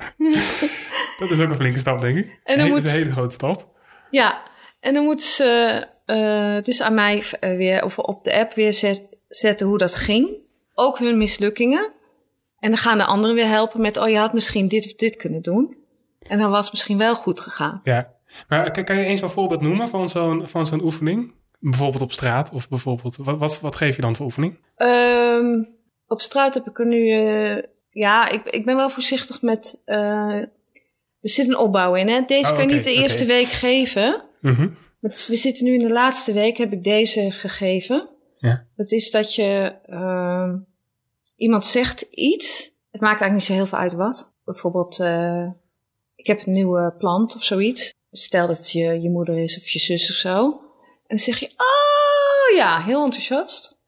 Dat is ook een flinke stap, denk ik. En dan nee, moet, dat is een hele grote stap. Ja, en dan moeten ze uh, dus aan mij uh, weer of op de app weer zet, zetten hoe dat ging. Ook hun mislukkingen. En dan gaan de anderen weer helpen met, oh, je had misschien dit of dit kunnen doen. En dan was het misschien wel goed gegaan. Ja, maar kan, kan je eens een voorbeeld noemen van zo'n, van zo'n oefening? Bijvoorbeeld op straat of bijvoorbeeld, wat, wat, wat geef je dan voor oefening? Um, op straat heb ik er nu, uh, ja, ik, ik ben wel voorzichtig met, uh, er zit een opbouw in, hè. Deze oh, kan je okay, niet de okay. eerste week geven. Mm-hmm. We zitten nu in de laatste week, heb ik deze gegeven. Ja. Dat is dat je, uh, iemand zegt iets, het maakt eigenlijk niet zo heel veel uit wat. Bijvoorbeeld, uh, ik heb een nieuwe plant of zoiets. Stel dat het je, je moeder is of je zus of zo. En dan zeg je, oh ja, heel enthousiast.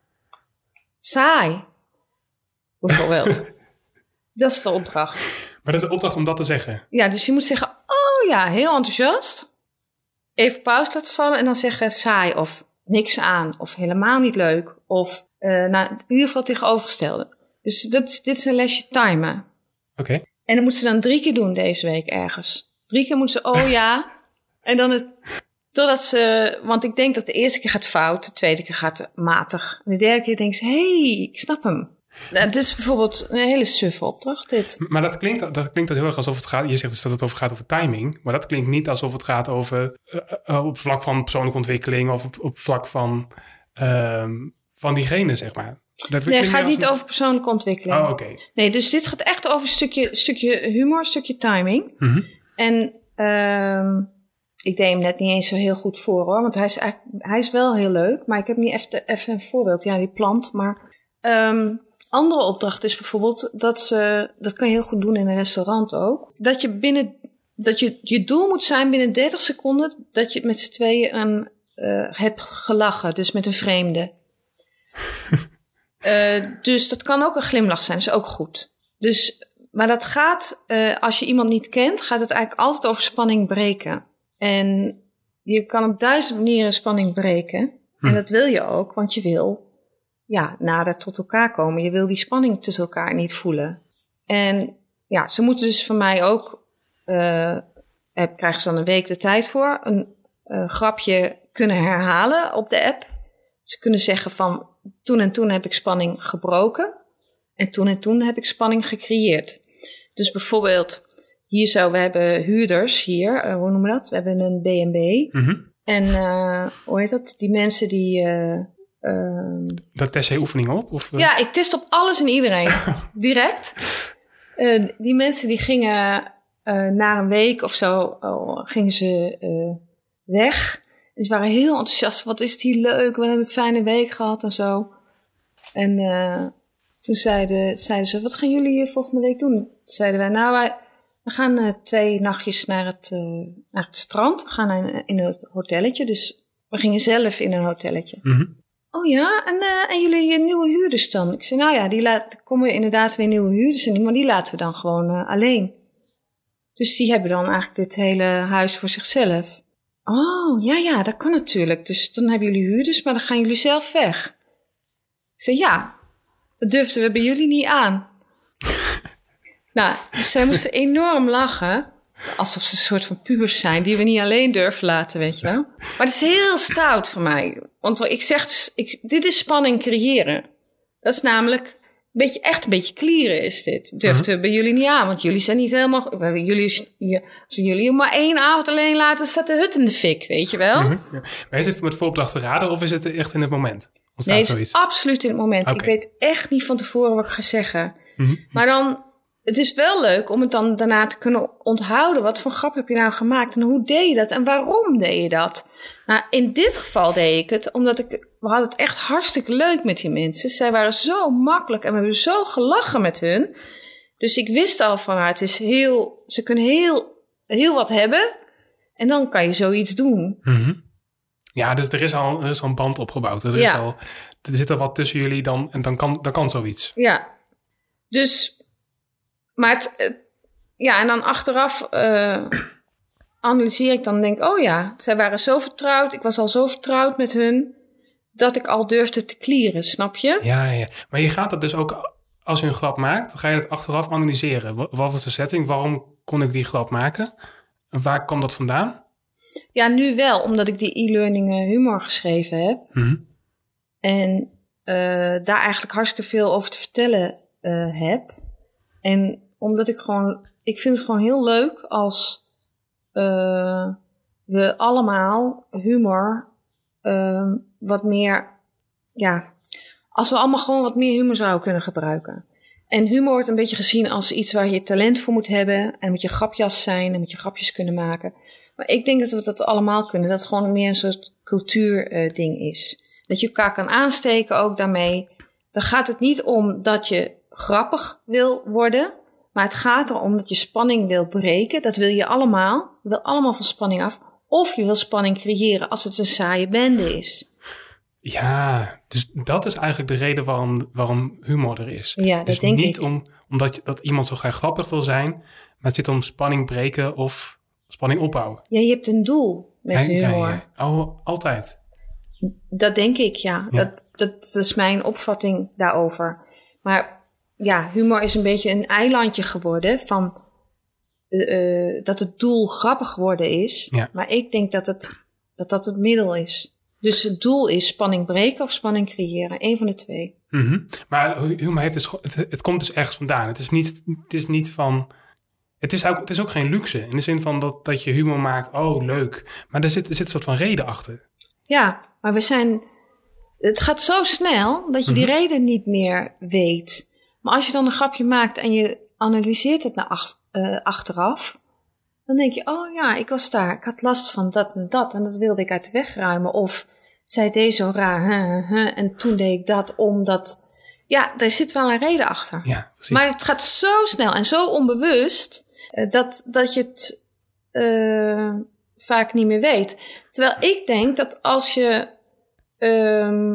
Saai. Bijvoorbeeld. Dat is de opdracht. Maar dat is de opdracht om dat te zeggen? Ja, dus je moet zeggen, oh ja, heel enthousiast. Even pauze laten vallen en dan zeggen saai of niks aan. Of helemaal niet leuk. Of uh, nou, in ieder geval tegenovergestelde. Dus dat, dit is een lesje timen. Oké. Okay. En dat moeten ze dan drie keer doen deze week ergens. Drie keer moeten ze, oh ja. En dan het, totdat ze, want ik denk dat de eerste keer gaat fout. De tweede keer gaat matig. En de derde keer denkt ze, hé, hey, ik snap hem. Het is bijvoorbeeld een hele suffe opdracht, dit. Maar dat klinkt, dat klinkt heel erg alsof het gaat... Je zegt dus dat het over gaat over timing. Maar dat klinkt niet alsof het gaat over... Uh, uh, op vlak van persoonlijke ontwikkeling... of op, op vlak van, uh, van diegene, zeg maar. Dat nee, het gaat niet een... over persoonlijke ontwikkeling. Oh, oké. Okay. Nee, dus dit gaat echt over een stukje, stukje humor, een stukje timing. Mm-hmm. En uh, ik deed hem net niet eens zo heel goed voor, hoor. Want hij is, eigenlijk, hij is wel heel leuk. Maar ik heb niet even, even een voorbeeld. Ja, die plant, maar... Um, andere opdracht is bijvoorbeeld dat ze, dat kan je heel goed doen in een restaurant ook, dat je binnen, dat je, je doel moet zijn binnen dertig seconden dat je met z'n tweeën een, uh, hebt gelachen, dus met een vreemde. uh, dus dat kan ook een glimlach zijn, dat is ook goed. Dus, maar dat gaat, uh, als je iemand niet kent, gaat het eigenlijk altijd over spanning breken. En je kan op duizend manieren spanning breken. Hm. En dat wil je ook, want je wil... ja, nader tot elkaar komen. Je wil die spanning tussen elkaar niet voelen. En ja, ze moeten dus van mij ook... Uh, krijgen ze dan een week de tijd voor... een uh, grapje kunnen herhalen op de app. Ze kunnen zeggen van... toen en toen heb ik spanning gebroken... en toen en toen heb ik spanning gecreëerd. Dus bijvoorbeeld... hier zo, we hebben huurders hier... Uh, hoe noemen we dat? We hebben een B en B. Mm-hmm. En uh, hoe heet dat? Die mensen die... Uh, Um, dat test je oefeningen op? Of, uh? Ja, ik test op alles en iedereen. Direct. Uh, die mensen die gingen uh, na een week of zo, uh, gingen ze uh, weg. En ze waren heel enthousiast. Wat is het hier leuk. We hebben een fijne week gehad en zo. En uh, toen zeiden, zeiden ze, wat gaan jullie hier volgende week doen? Toen zeiden wij, nou, wij, we gaan uh, twee nachtjes naar het, uh, naar het strand. We gaan in, in een hotelletje. Dus we gingen zelf in een hotelletje. Mm-hmm. Oh ja, en, uh, en jullie nieuwe huurders dan? Ik zei, nou ja, die laat, komen inderdaad weer nieuwe huurders in, maar die laten we dan gewoon uh, alleen. Dus die hebben dan eigenlijk dit hele huis voor zichzelf. Oh, ja, ja, dat kan natuurlijk. Dus dan hebben jullie huurders, maar dan gaan jullie zelf weg. Ik zei, ja, dat durfden we bij jullie niet aan. Nou, dus zij moesten enorm lachen. Alsof ze een soort van pubers zijn die we niet alleen durven laten, weet je wel. Maar het is heel stout voor mij. Want ik zeg dus, ik, dit is spanning creëren. Dat is namelijk een beetje, echt een beetje klieren is dit. Durfden uh-huh. we bij jullie niet aan, want jullie zijn niet helemaal... We hebben jullie, als we jullie maar één avond alleen laten, staat de hut in de fik, weet je wel. Uh-huh. Ja. Maar is het met vooropdracht te raden of is het echt in het moment? Nee, het is zoiets? Absoluut in het moment. Okay. Ik weet echt niet van tevoren wat ik ga zeggen. Uh-huh. Maar dan... Het is wel leuk om het dan daarna te kunnen onthouden. Wat voor grap heb je nou gemaakt? En hoe deed je dat? En waarom deed je dat? Nou, in dit geval deed ik het omdat ik... We hadden het echt hartstikke leuk met die mensen. Zij waren zo makkelijk en we hebben zo gelachen met hun. Dus ik wist al van, nou, het is heel... Ze kunnen heel, heel wat hebben. En dan kan je zoiets doen. Mm-hmm. Ja, dus er is al, er is al een band opgebouwd. Er, is Ja. al, er zit al wat tussen jullie dan, en dan kan, dan kan zoiets. Ja, dus, maar het, het- ja, en dan achteraf uh, analyseer ik dan en denk, oh ja, zij waren zo vertrouwd, ik was al zo vertrouwd met hun, dat ik al durfde te clearen, snap je? Ja, ja. Maar je gaat dat dus ook, als je een grap maakt, dan ga je het achteraf analyseren. Wat, wat was de setting? Waarom kon ik die grap maken? En waar kwam dat vandaan? Ja, nu wel, omdat ik die e-learning uh, humor geschreven heb. Mm-hmm. En uh, daar eigenlijk hartstikke veel over te vertellen uh, heb. En omdat ik gewoon, ik vind het gewoon heel leuk als uh, we allemaal humor uh, wat meer, ja, als we allemaal gewoon wat meer humor zouden kunnen gebruiken. En humor wordt een beetje gezien als iets waar je talent voor moet hebben. En moet je grapjas zijn en moet je grapjes kunnen maken. Maar ik denk dat we dat allemaal kunnen. Dat het gewoon meer een soort cultuurding uh, is. Dat je elkaar kan aansteken ook daarmee. Dan gaat het niet om dat je grappig wil worden. Maar het gaat erom dat je spanning wil breken. Dat wil je allemaal. Je wil allemaal van spanning af. Of je wil spanning creëren als het een saaie bende is. Ja, dus dat is eigenlijk de reden waarom, waarom humor er is. Ja, dat dus denk niet ik. om, omdat je, dat iemand zo graag grappig wil zijn, maar het zit om spanning breken of spanning opbouwen. Ja, je hebt een doel met Ja, humor. ja, ja. Oh, altijd. Dat denk ik, ja. Ja. Dat, dat is mijn opvatting daarover. Maar ja, humor is een beetje een eilandje geworden van uh, uh, dat het doel grappig geworden is. Ja. Maar ik denk dat het, dat dat het middel is. Dus het doel is spanning breken of spanning creëren. Eén van de twee. Mm-hmm. Maar humor heeft dus, het, het komt dus ergens vandaan. Het is niet, het is niet van... Het is, ook, het is ook geen luxe. In de zin van dat, dat je humor maakt. Oh, leuk. Maar er zit, er zit een soort van reden achter. Ja, maar we zijn... Het gaat zo snel dat je die mm-hmm. reden niet meer weet. Maar als je dan een grapje maakt en je analyseert het naar ach, uh, achteraf... dan denk je, oh ja, ik was daar. Ik had last van dat en dat. En dat wilde ik uit de weg ruimen. Of zij deed zo raar. Huh, huh, en toen deed ik dat omdat... Ja, er zit wel een reden achter. Ja, precies. Maar het gaat zo snel en zo onbewust... Uh, dat, dat je het uh, vaak niet meer weet. Terwijl ik denk dat als je uh,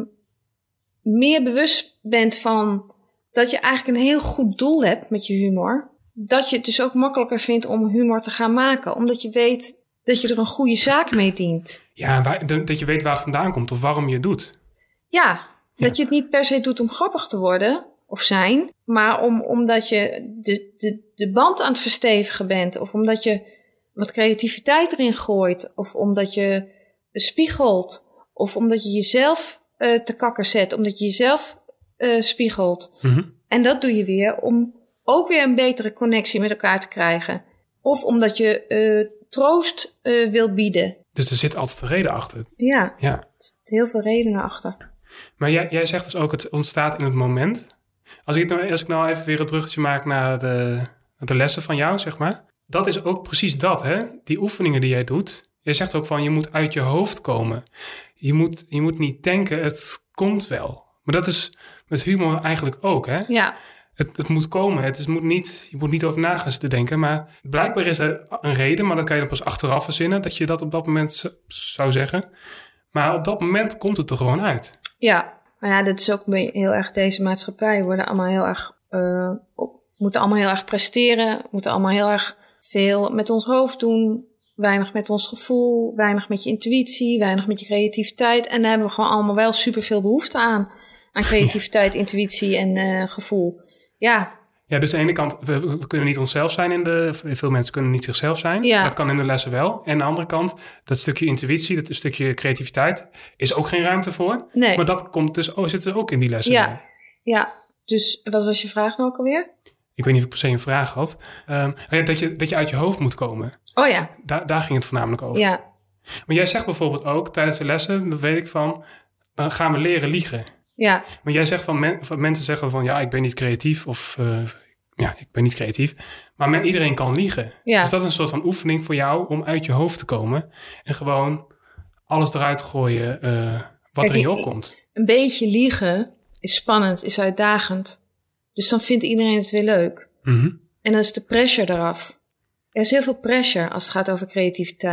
meer bewust bent van... dat je eigenlijk een heel goed doel hebt met je humor... dat je het dus ook makkelijker vindt om humor te gaan maken. Omdat je weet dat je er een goede zaak mee dient. Ja, waar, dat je weet waar het vandaan komt of waarom je het doet. Ja, ja. Dat je het niet per se doet om grappig te worden of zijn... maar om, omdat je de, de, de band aan het verstevigen bent... of omdat je wat creativiteit erin gooit... of omdat je spiegelt... of omdat je jezelf uh, te kakker zet... omdat je jezelf uh, spiegelt. Mm-hmm. En dat doe je weer om ook weer een betere connectie met elkaar te krijgen. Of omdat je uh, troost uh, wil bieden. Dus er zit altijd een reden achter. Ja, ja. er zitten heel veel redenen achter. Maar jij, jij zegt dus ook, het ontstaat in het moment. Als ik nou, als ik nou even weer het bruggetje maak naar de, de lessen van jou, zeg maar. Dat is ook precies dat, hè? Die oefeningen die jij doet. Jij zegt ook van, je moet uit je hoofd komen. Je moet, je moet niet denken, het komt wel. Maar dat is met humor eigenlijk ook, hè? Ja. Het, het moet komen. Het is, moet niet, je moet niet over na gaan zitten denken. Maar blijkbaar is er een reden, maar dat kan je dan pas achteraf verzinnen. Dat je dat op dat moment zou zeggen. Maar op dat moment komt het er gewoon uit. Ja, maar ja, dat is ook heel erg deze maatschappij. We worden allemaal heel erg, uh, op, moeten allemaal heel erg presteren. Moeten allemaal heel erg veel met ons hoofd doen. Weinig met ons gevoel. Weinig met je intuïtie. Weinig met je creativiteit. En daar hebben we gewoon allemaal wel superveel behoefte aan. Aan creativiteit, ja. Intuïtie en uh, gevoel. Ja. Ja, dus aan de ene kant, we, we kunnen niet onszelf zijn. In de, veel mensen kunnen niet zichzelf zijn. Ja. Dat kan in de lessen wel. En aan de andere kant, dat stukje intuïtie, dat stukje creativiteit, is ook geen ruimte voor. Nee. Maar dat komt dus, oh, zit er ook in die lessen. Ja, mee. ja. Dus wat was je vraag nou ook alweer? Ik weet niet of ik per se een vraag had. Um, ja, dat, je, dat je uit je hoofd moet komen. Oh ja. Da- daar ging het voornamelijk over. Ja. Maar jij zegt bijvoorbeeld ook tijdens de lessen, dat weet ik van, dan gaan we leren liegen. Ja. Maar jij zegt van, men, van mensen zeggen van, ja, ik ben niet creatief of uh, ja, ik ben niet creatief. Maar men, iedereen kan liegen. Ja. Dus dat is een soort van oefening voor jou om uit je hoofd te komen en gewoon alles eruit gooien uh, wat Kijk, er in je opkomt. Een beetje liegen is spannend, is uitdagend. Dus dan vindt iedereen het weer leuk. Mm-hmm. En dan is de pressure eraf. Er is heel veel pressure als het gaat over creativiteit.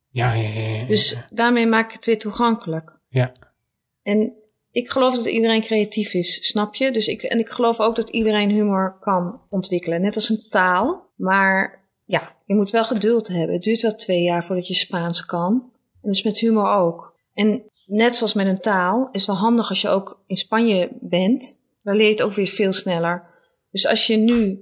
Ja, ja, ja. ja dus ja. daarmee maak ik het weer toegankelijk. Ja. En ik geloof dat iedereen creatief is, snap je? Dus ik, en ik geloof ook dat iedereen humor kan ontwikkelen. Net als een taal. Maar ja, je moet wel geduld hebben. Het duurt wel twee jaar voordat je Spaans kan. En dat is met humor ook. En net zoals met een taal is het wel handig als je ook in Spanje bent. Dan leer je het ook weer veel sneller. Dus als je nu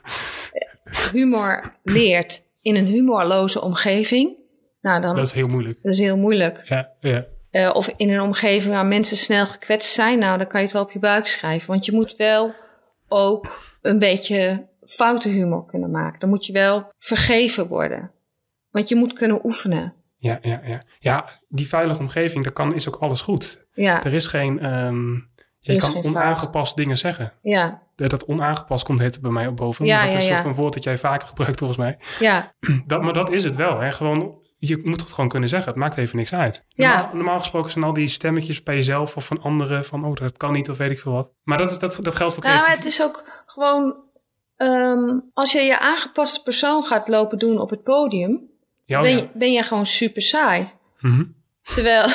humor leert in een humorloze omgeving. Nou dan, dat is heel moeilijk. Dat is heel moeilijk. Ja, ja. Uh, of in een omgeving waar mensen snel gekwetst zijn. Nou, dan kan je het wel op je buik schrijven. Want je moet wel ook een beetje foute humor kunnen maken. Dan moet je wel vergeven worden. Want je moet kunnen oefenen. Ja, ja, ja. Ja, die veilige omgeving, daar kan, is ook alles goed. Ja. Er is geen... Um, je kan geen onaangepast fout. dingen zeggen. Ja. Dat onaangepast komt het bij mij op boven. Ja, dat ja, is een ja. soort van woord dat jij vaker gebruikt volgens mij. Ja. Dat, maar dat is het wel. Hè? Gewoon, je moet het gewoon kunnen zeggen. Het maakt even niks uit. Ja. Normaal, normaal gesproken zijn al die stemmetjes bij jezelf of van anderen. Van, oh, dat kan niet of weet ik veel wat. Maar dat, is, dat, dat geldt voor creatief. Nou, het is ook gewoon... Um, als je je aangepaste persoon gaat lopen doen op het podium... Ja, ben, ja. je, ben je gewoon super saai. Mm-hmm. Terwijl...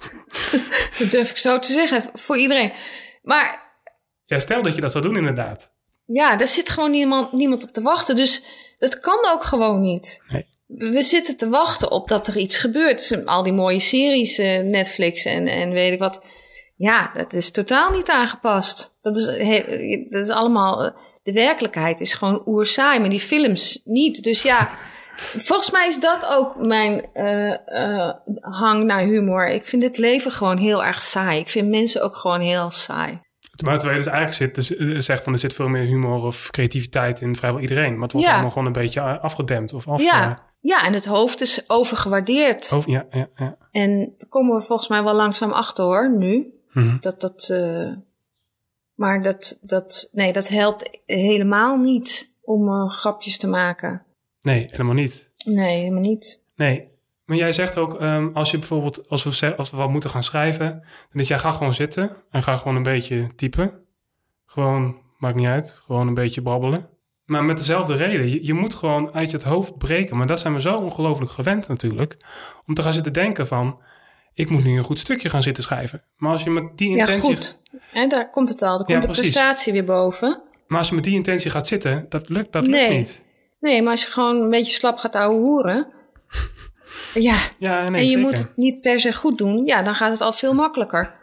dat durf ik zo te zeggen, voor iedereen. Maar... Ja, stel dat je dat zou doen inderdaad. Ja, daar zit gewoon niemand, niemand op te wachten. Dus dat kan ook gewoon niet. Nee. We zitten te wachten op dat er iets gebeurt. Al die mooie series, uh, Netflix en, en weet ik wat. Ja, dat is totaal niet aangepast. Dat is, he, dat is allemaal... Uh, de werkelijkheid is gewoon oerzaai, maar die films niet. Dus ja, volgens mij is dat ook mijn uh, uh, hang naar humor. Ik vind het leven gewoon heel erg saai. Ik vind mensen ook gewoon heel saai. Maar terwijl je dus eigenlijk zit, dus zegt van er zit veel meer humor of creativiteit in vrijwel iedereen. Maar het wordt ja. allemaal gewoon een beetje afgedempt of af. Ja, ja, en het hoofd is overgewaardeerd. Over, ja, ja, ja. En daar komen we volgens mij wel langzaam achter hoor, nu. Mm-hmm. Dat dat... Uh, maar dat, dat, nee, dat helpt helemaal niet om uh, grapjes te maken. Nee, helemaal niet. Nee, helemaal niet. Nee, maar jij zegt ook, um, als je bijvoorbeeld, als we, als we wat moeten gaan schrijven, dan dat jij gaat gewoon zitten en ga gewoon een beetje typen. Gewoon, maakt niet uit, gewoon een beetje babbelen. Maar met dezelfde reden, je, je moet gewoon uit je het hoofd breken. Maar dat zijn we zo ongelooflijk gewend natuurlijk, om te gaan zitten denken van... Ik moet nu een goed stukje gaan zitten schrijven. Maar als je met die intentie... Ja, goed. En daar komt het al. Er komt ja, de prestatie weer boven. Maar als je met die intentie gaat zitten, dat lukt, dat nee. lukt niet. Nee, maar als je gewoon een beetje slap gaat ouwe hoeren... ja, ja nee, en je zeker. moet het niet per se goed doen... ja, dan gaat het al veel makkelijker.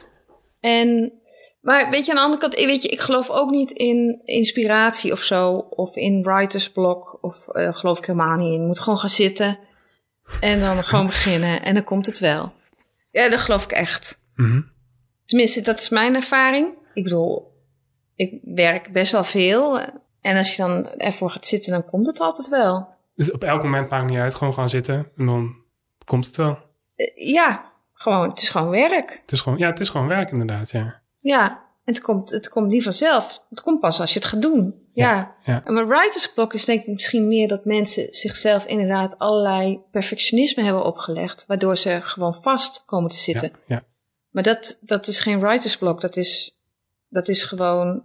En... Maar weet je, aan de andere kant... Weet je, ik geloof ook niet in inspiratie of zo... of in writer's block... of uh, geloof ik helemaal niet in. Je moet gewoon gaan zitten... en dan gewoon beginnen... en dan komt het wel. Ja, dat geloof ik echt. Mm-hmm. Tenminste, dat is mijn ervaring. Ik bedoel, ik werk best wel veel. En als je dan ervoor gaat zitten, dan komt het altijd wel. Dus op elk moment maakt niet uit. Gewoon gaan zitten en dan komt het wel. Uh, ja, gewoon, het is gewoon werk. Het is gewoon, ja, het is gewoon werk inderdaad, ja. Ja, het komt, het komt niet vanzelf. Het komt pas als je het gaat doen. Ja. ja. ja. En mijn writer's block is denk ik misschien meer dat mensen zichzelf inderdaad allerlei perfectionisme hebben opgelegd. Waardoor ze gewoon vast komen te zitten. Ja, ja. Maar dat, dat is geen writer's block. Dat is, dat is gewoon...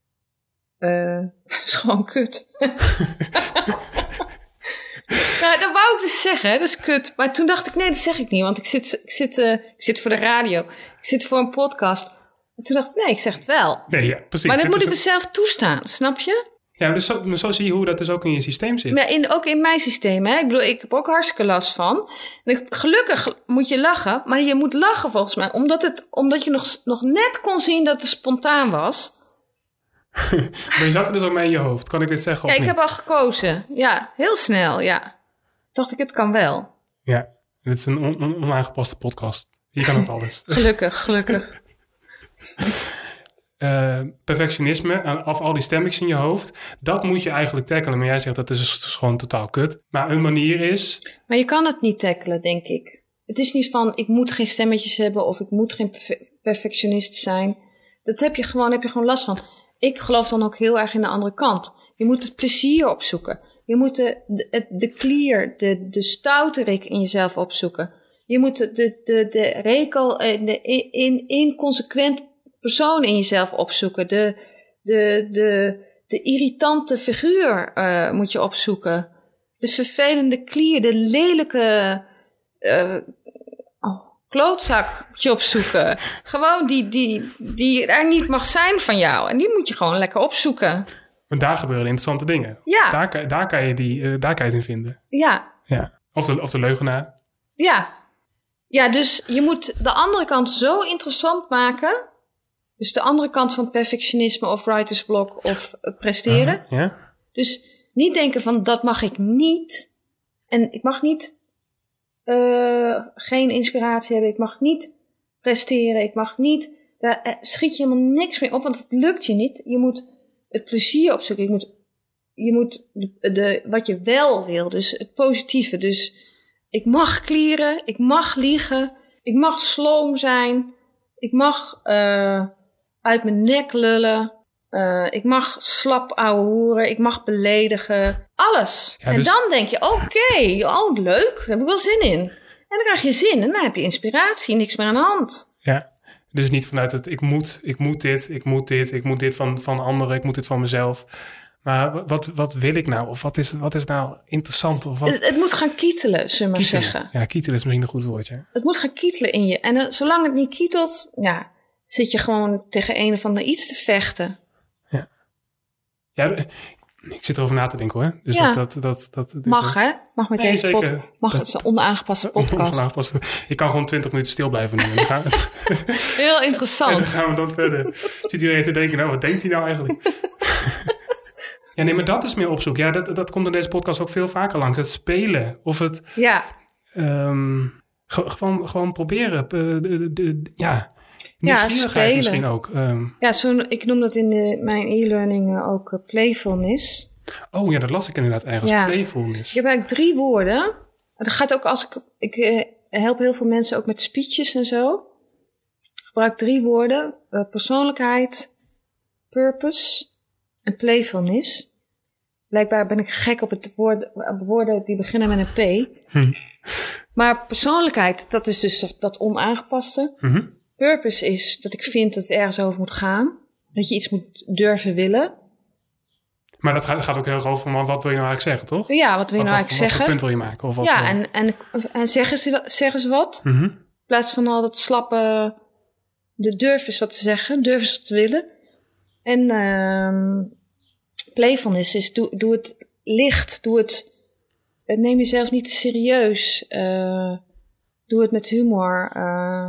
Uh, dat is gewoon kut. Nou, dat wou ik dus zeggen. Dat is kut. Maar toen dacht ik, nee, dat zeg ik niet. Want ik zit, ik zit, uh, ik zit voor de radio. Ik zit voor een podcast. En toen dacht ik, nee, ik zeg het wel. Nee, ja, precies. Maar dat Dit moet ik een... mezelf toestaan. Snap je? Ja, dus zo, zo zie je hoe dat dus ook in je systeem zit. Maar in, ook in mijn systeem. Hè? Ik bedoel, ik heb ook hartstikke last van. En ik, gelukkig moet je lachen. Maar je moet lachen volgens mij. Omdat, het, omdat je nog, nog net kon zien dat het spontaan was. Maar je zat er dus ook mee in je hoofd. Kan ik dit zeggen of Ja, ik niet? heb al gekozen. Ja, heel snel, ja. Dacht ik, het kan wel. Ja, dit is een on, on, onaangepaste podcast. Hier kan ook alles. Gelukkig, gelukkig. Uh, perfectionisme, of al die stemmetjes in je hoofd, dat moet je eigenlijk tackelen. Maar jij zegt dat is dus gewoon totaal kut. Maar een manier is... Maar je kan het niet tackelen, denk ik. Het is niet van, ik moet geen stemmetjes hebben of ik moet geen perfe- perfectionist zijn. Dat heb je gewoon, heb je gewoon last van. Ik geloof dan ook heel erg in de andere kant. Je moet het plezier opzoeken. Je moet de, de, de klier, de, de stouterik in jezelf opzoeken. Je moet de, de, de, de rekel, de in, inconsequent persoon in jezelf opzoeken. De, de, de, de irritante figuur uh, moet je opzoeken. De vervelende klier, de lelijke Uh, oh, klootzak moet je opzoeken. Gewoon die, die, die er niet mag zijn van jou. En die moet je gewoon lekker opzoeken. Maar daar gebeuren interessante dingen. Ja. Daar, kan, daar, kan, je die, uh, daar kan je het in vinden. Ja. ja. Of, de, of de leugenaar. Ja. Ja, dus je moet de andere kant zo interessant maken. Dus de andere kant van perfectionisme of writersblok of uh, presteren. Uh, ja. Dus niet denken van dat mag ik niet. En ik mag niet uh, geen inspiratie hebben. Ik mag niet presteren. Ik mag niet. Daar schiet je helemaal niks mee op, want het lukt je niet. Je moet het plezier opzoeken. Je moet, je moet de, de, wat je wel wil. Dus het positieve. Dus ik mag klieren. Ik mag liegen. Ik mag sloom zijn. Ik mag uh, uit mijn nek lullen. Uh, ik mag slap ouwe hoeren. Ik mag beledigen. Alles. Ja, dus... En dan denk je, oké, okay, oh leuk. Daar heb ik wel zin in. En dan krijg je zin en dan heb je inspiratie. Niks meer aan de hand. Ja, dus niet vanuit het ik moet, ik moet dit, ik moet dit, ik moet dit van, van anderen, ik moet dit van mezelf. Maar wat, wat wil ik nou? Of wat is, wat is nou interessant? Of wat? Het, het moet gaan kietelen, zullen we maar zeggen. Ja, kietelen is misschien een goed woordje. Het moet gaan kietelen in je. En uh, zolang het niet kietelt, ja, zit je gewoon tegen een of ander iets te vechten. Ja. Ja, ik zit erover na te denken hoor. Dus ja. dat, dat, dat, dat, mag hè? Mag met nee, deze zeker. pod. Mag dat, het is een onaangepaste podcast. Onaangepaste. Ik kan gewoon twintig minuten stil blijven nu. Dan gaan we, heel interessant. En dan gaan we dan verder. Zit iedereen te denken, nou wat denkt hij nou eigenlijk? Ja, nee, maar dat is meer opzoek. Ja, dat, dat komt in deze podcast ook veel vaker langs. Het spelen of het... Ja. Um, ge- gewoon, gewoon proberen. Uh, de, de, de, ja, ja, spelen. Misschien ook. Um. Ja, zo, ik noem dat in de, mijn e-learning uh, ook uh, playfulness. Oh ja, dat las ik inderdaad ergens. Ja. Playfulness. Ik heb eigenlijk drie woorden. Dat gaat ook als ik... Ik uh, help heel veel mensen ook met speeches en zo. Ik gebruik drie woorden. Uh, persoonlijkheid, purpose... en playfulness. Blijkbaar ben ik gek op het woord, op woorden die beginnen met een P. Hm. Maar persoonlijkheid, dat is dus dat onaangepaste. Mm-hmm. Purpose is dat ik vind dat het ergens over moet gaan. Dat je iets moet durven willen. Maar dat gaat, gaat ook heel erg over, maar wat wil je nou eigenlijk zeggen, toch? Ja, wat wil je wat, nou wat, eigenlijk wat zeggen? Wat punt wil je maken? Of wat ja, en, en, en zeggen, ze, zeggen ze wat? Mm-hmm. In plaats van al dat slappe... De durf is wat te zeggen, durf is wat te willen. En... Uh, playfulness is, doe, doe het licht, doe het, neem jezelf niet te serieus, uh, doe het met humor, uh,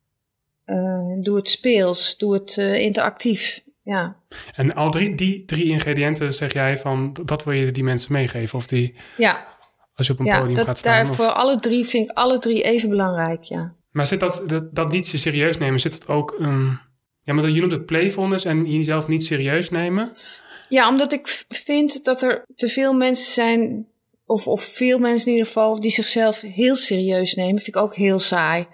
uh, doe het speels, doe het uh, interactief, ja. En al drie, die drie ingrediënten zeg jij van, dat wil je die mensen meegeven? Of die, ja. Als je op een ja, podium dat, gaat staan? Ja, voor alle drie vind ik alle drie even belangrijk, ja. Maar zit dat, dat, dat niet serieus nemen, zit het ook, um, ja, maar je noemt het playfulness en jezelf niet serieus nemen... Ja, omdat ik vind dat er te veel mensen zijn, of, of veel mensen in ieder geval, die zichzelf heel serieus nemen. Vind ik ook heel saai.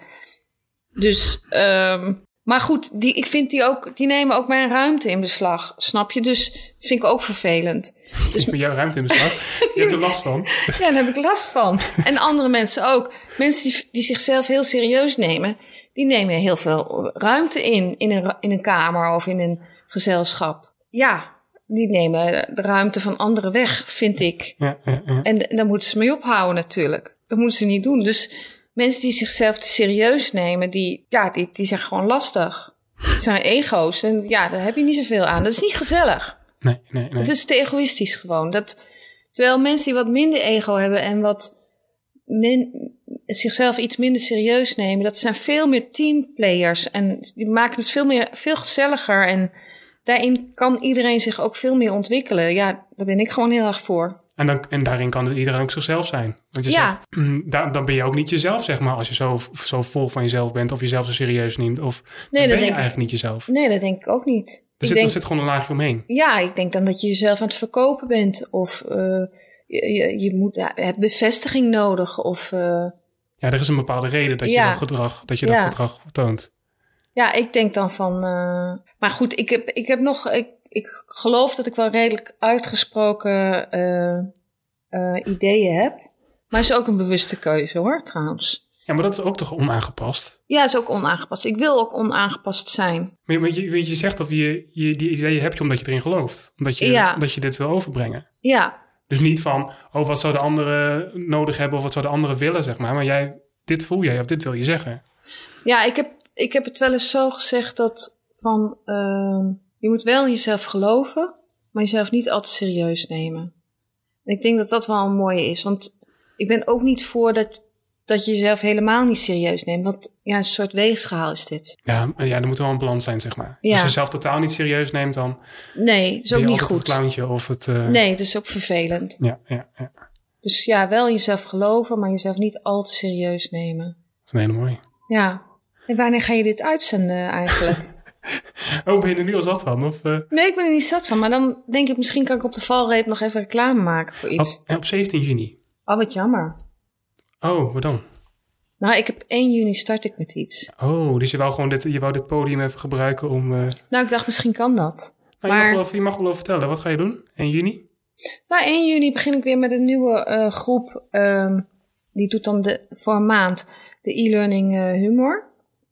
Dus, um, maar goed, die, ik vind die ook, die nemen ook mijn ruimte in beslag, snap je? Dus vind ik ook vervelend. Dus met jouw ruimte in beslag? Je hebt er last van. Ja, daar heb ik last van. En andere mensen ook. Mensen die, die zichzelf heel serieus nemen, die nemen heel veel ruimte in, in een, in een kamer of in een gezelschap. Ja. Die nemen de ruimte van anderen weg, vind ik. Ja, ja, ja. En daar moeten ze mee ophouden natuurlijk. Dat moeten ze niet doen. Dus mensen die zichzelf te serieus nemen, die, ja, die, die zijn gewoon lastig. Het zijn ego's. En ja, daar heb je niet zoveel aan. Dat is niet gezellig. Nee, nee, nee. Het is te egoïstisch gewoon. Dat, terwijl mensen die wat minder ego hebben en wat min, zichzelf iets minder serieus nemen, dat zijn veel meer teamplayers. En die maken het veel, meer, veel gezelliger en... Daarin kan iedereen zich ook veel meer ontwikkelen. Ja, daar ben ik gewoon heel erg voor. En, dan, en daarin kan iedereen ook zichzelf zijn. Want je ja. zegt, daar, dan ben je ook niet jezelf, zeg maar. Als je zo, zo vol van jezelf bent of jezelf zo serieus neemt. Of nee, dan ben je eigenlijk ik, niet jezelf. Nee, dat denk ik ook niet. Er zit, denk, er zit gewoon een laagje omheen. Ja, ik denk dan dat je jezelf aan het verkopen bent. Of uh, je, je, je, moet, ja, je hebt bevestiging nodig. Of, uh, ja, er is een bepaalde reden dat ja. je dat gedrag, dat je ja. dat gedrag toont. Ja, ik denk dan van... Uh, maar goed, ik heb, ik heb nog... Ik, ik geloof dat ik wel redelijk uitgesproken uh, uh, ideeën heb. Maar het is ook een bewuste keuze hoor, trouwens. Ja, maar dat is ook toch onaangepast? Ja, is ook onaangepast. Ik wil ook onaangepast zijn. Maar je, je, je zegt dat je, je die ideeën hebt omdat je erin gelooft. Omdat je, ja. dat je dit wil overbrengen. Ja. Dus niet van, oh, wat zouden anderen nodig hebben of wat zouden anderen willen, zeg maar. Maar jij dit voel jij of dit wil je zeggen. Ja, ik heb, ik heb het wel eens zo gezegd dat van... Uh, je moet wel in jezelf geloven, maar jezelf niet altijd serieus nemen. En ik denk dat dat wel een mooie is. Want ik ben ook niet voor dat, dat je jezelf helemaal niet serieus neemt. Want ja, een soort weegschaal is dit. Ja, ja, er moet wel een balans zijn, zeg maar. Ja. Als je jezelf totaal niet serieus neemt, dan... Nee, dat is ook niet goed. het clowntje of het... Uh... Nee, dat is ook vervelend. Ja, ja, ja. Dus ja, wel in jezelf geloven, maar jezelf niet al te serieus nemen. Dat is een hele mooie. Ja. En wanneer ga je dit uitzenden eigenlijk? Oh, ben je er nu al zat van? Of, uh... Nee, ik ben er niet zat van. Maar dan denk ik, misschien kan ik op de valreep nog even reclame maken voor iets. Op, op zeventien juni? Oh, wat jammer. Oh, wat dan? Nou, ik heb één juni start ik met iets. Oh, dus je wou gewoon dit, je wou dit podium even gebruiken om... Uh... Nou, ik dacht, misschien kan dat. Nou, maar... je, mag wel, je mag wel over vertellen. Wat ga je doen? één juni? Nou, één juni begin ik weer met een nieuwe uh, groep. Um, die doet dan de, voor een maand de e-learning uh, humor.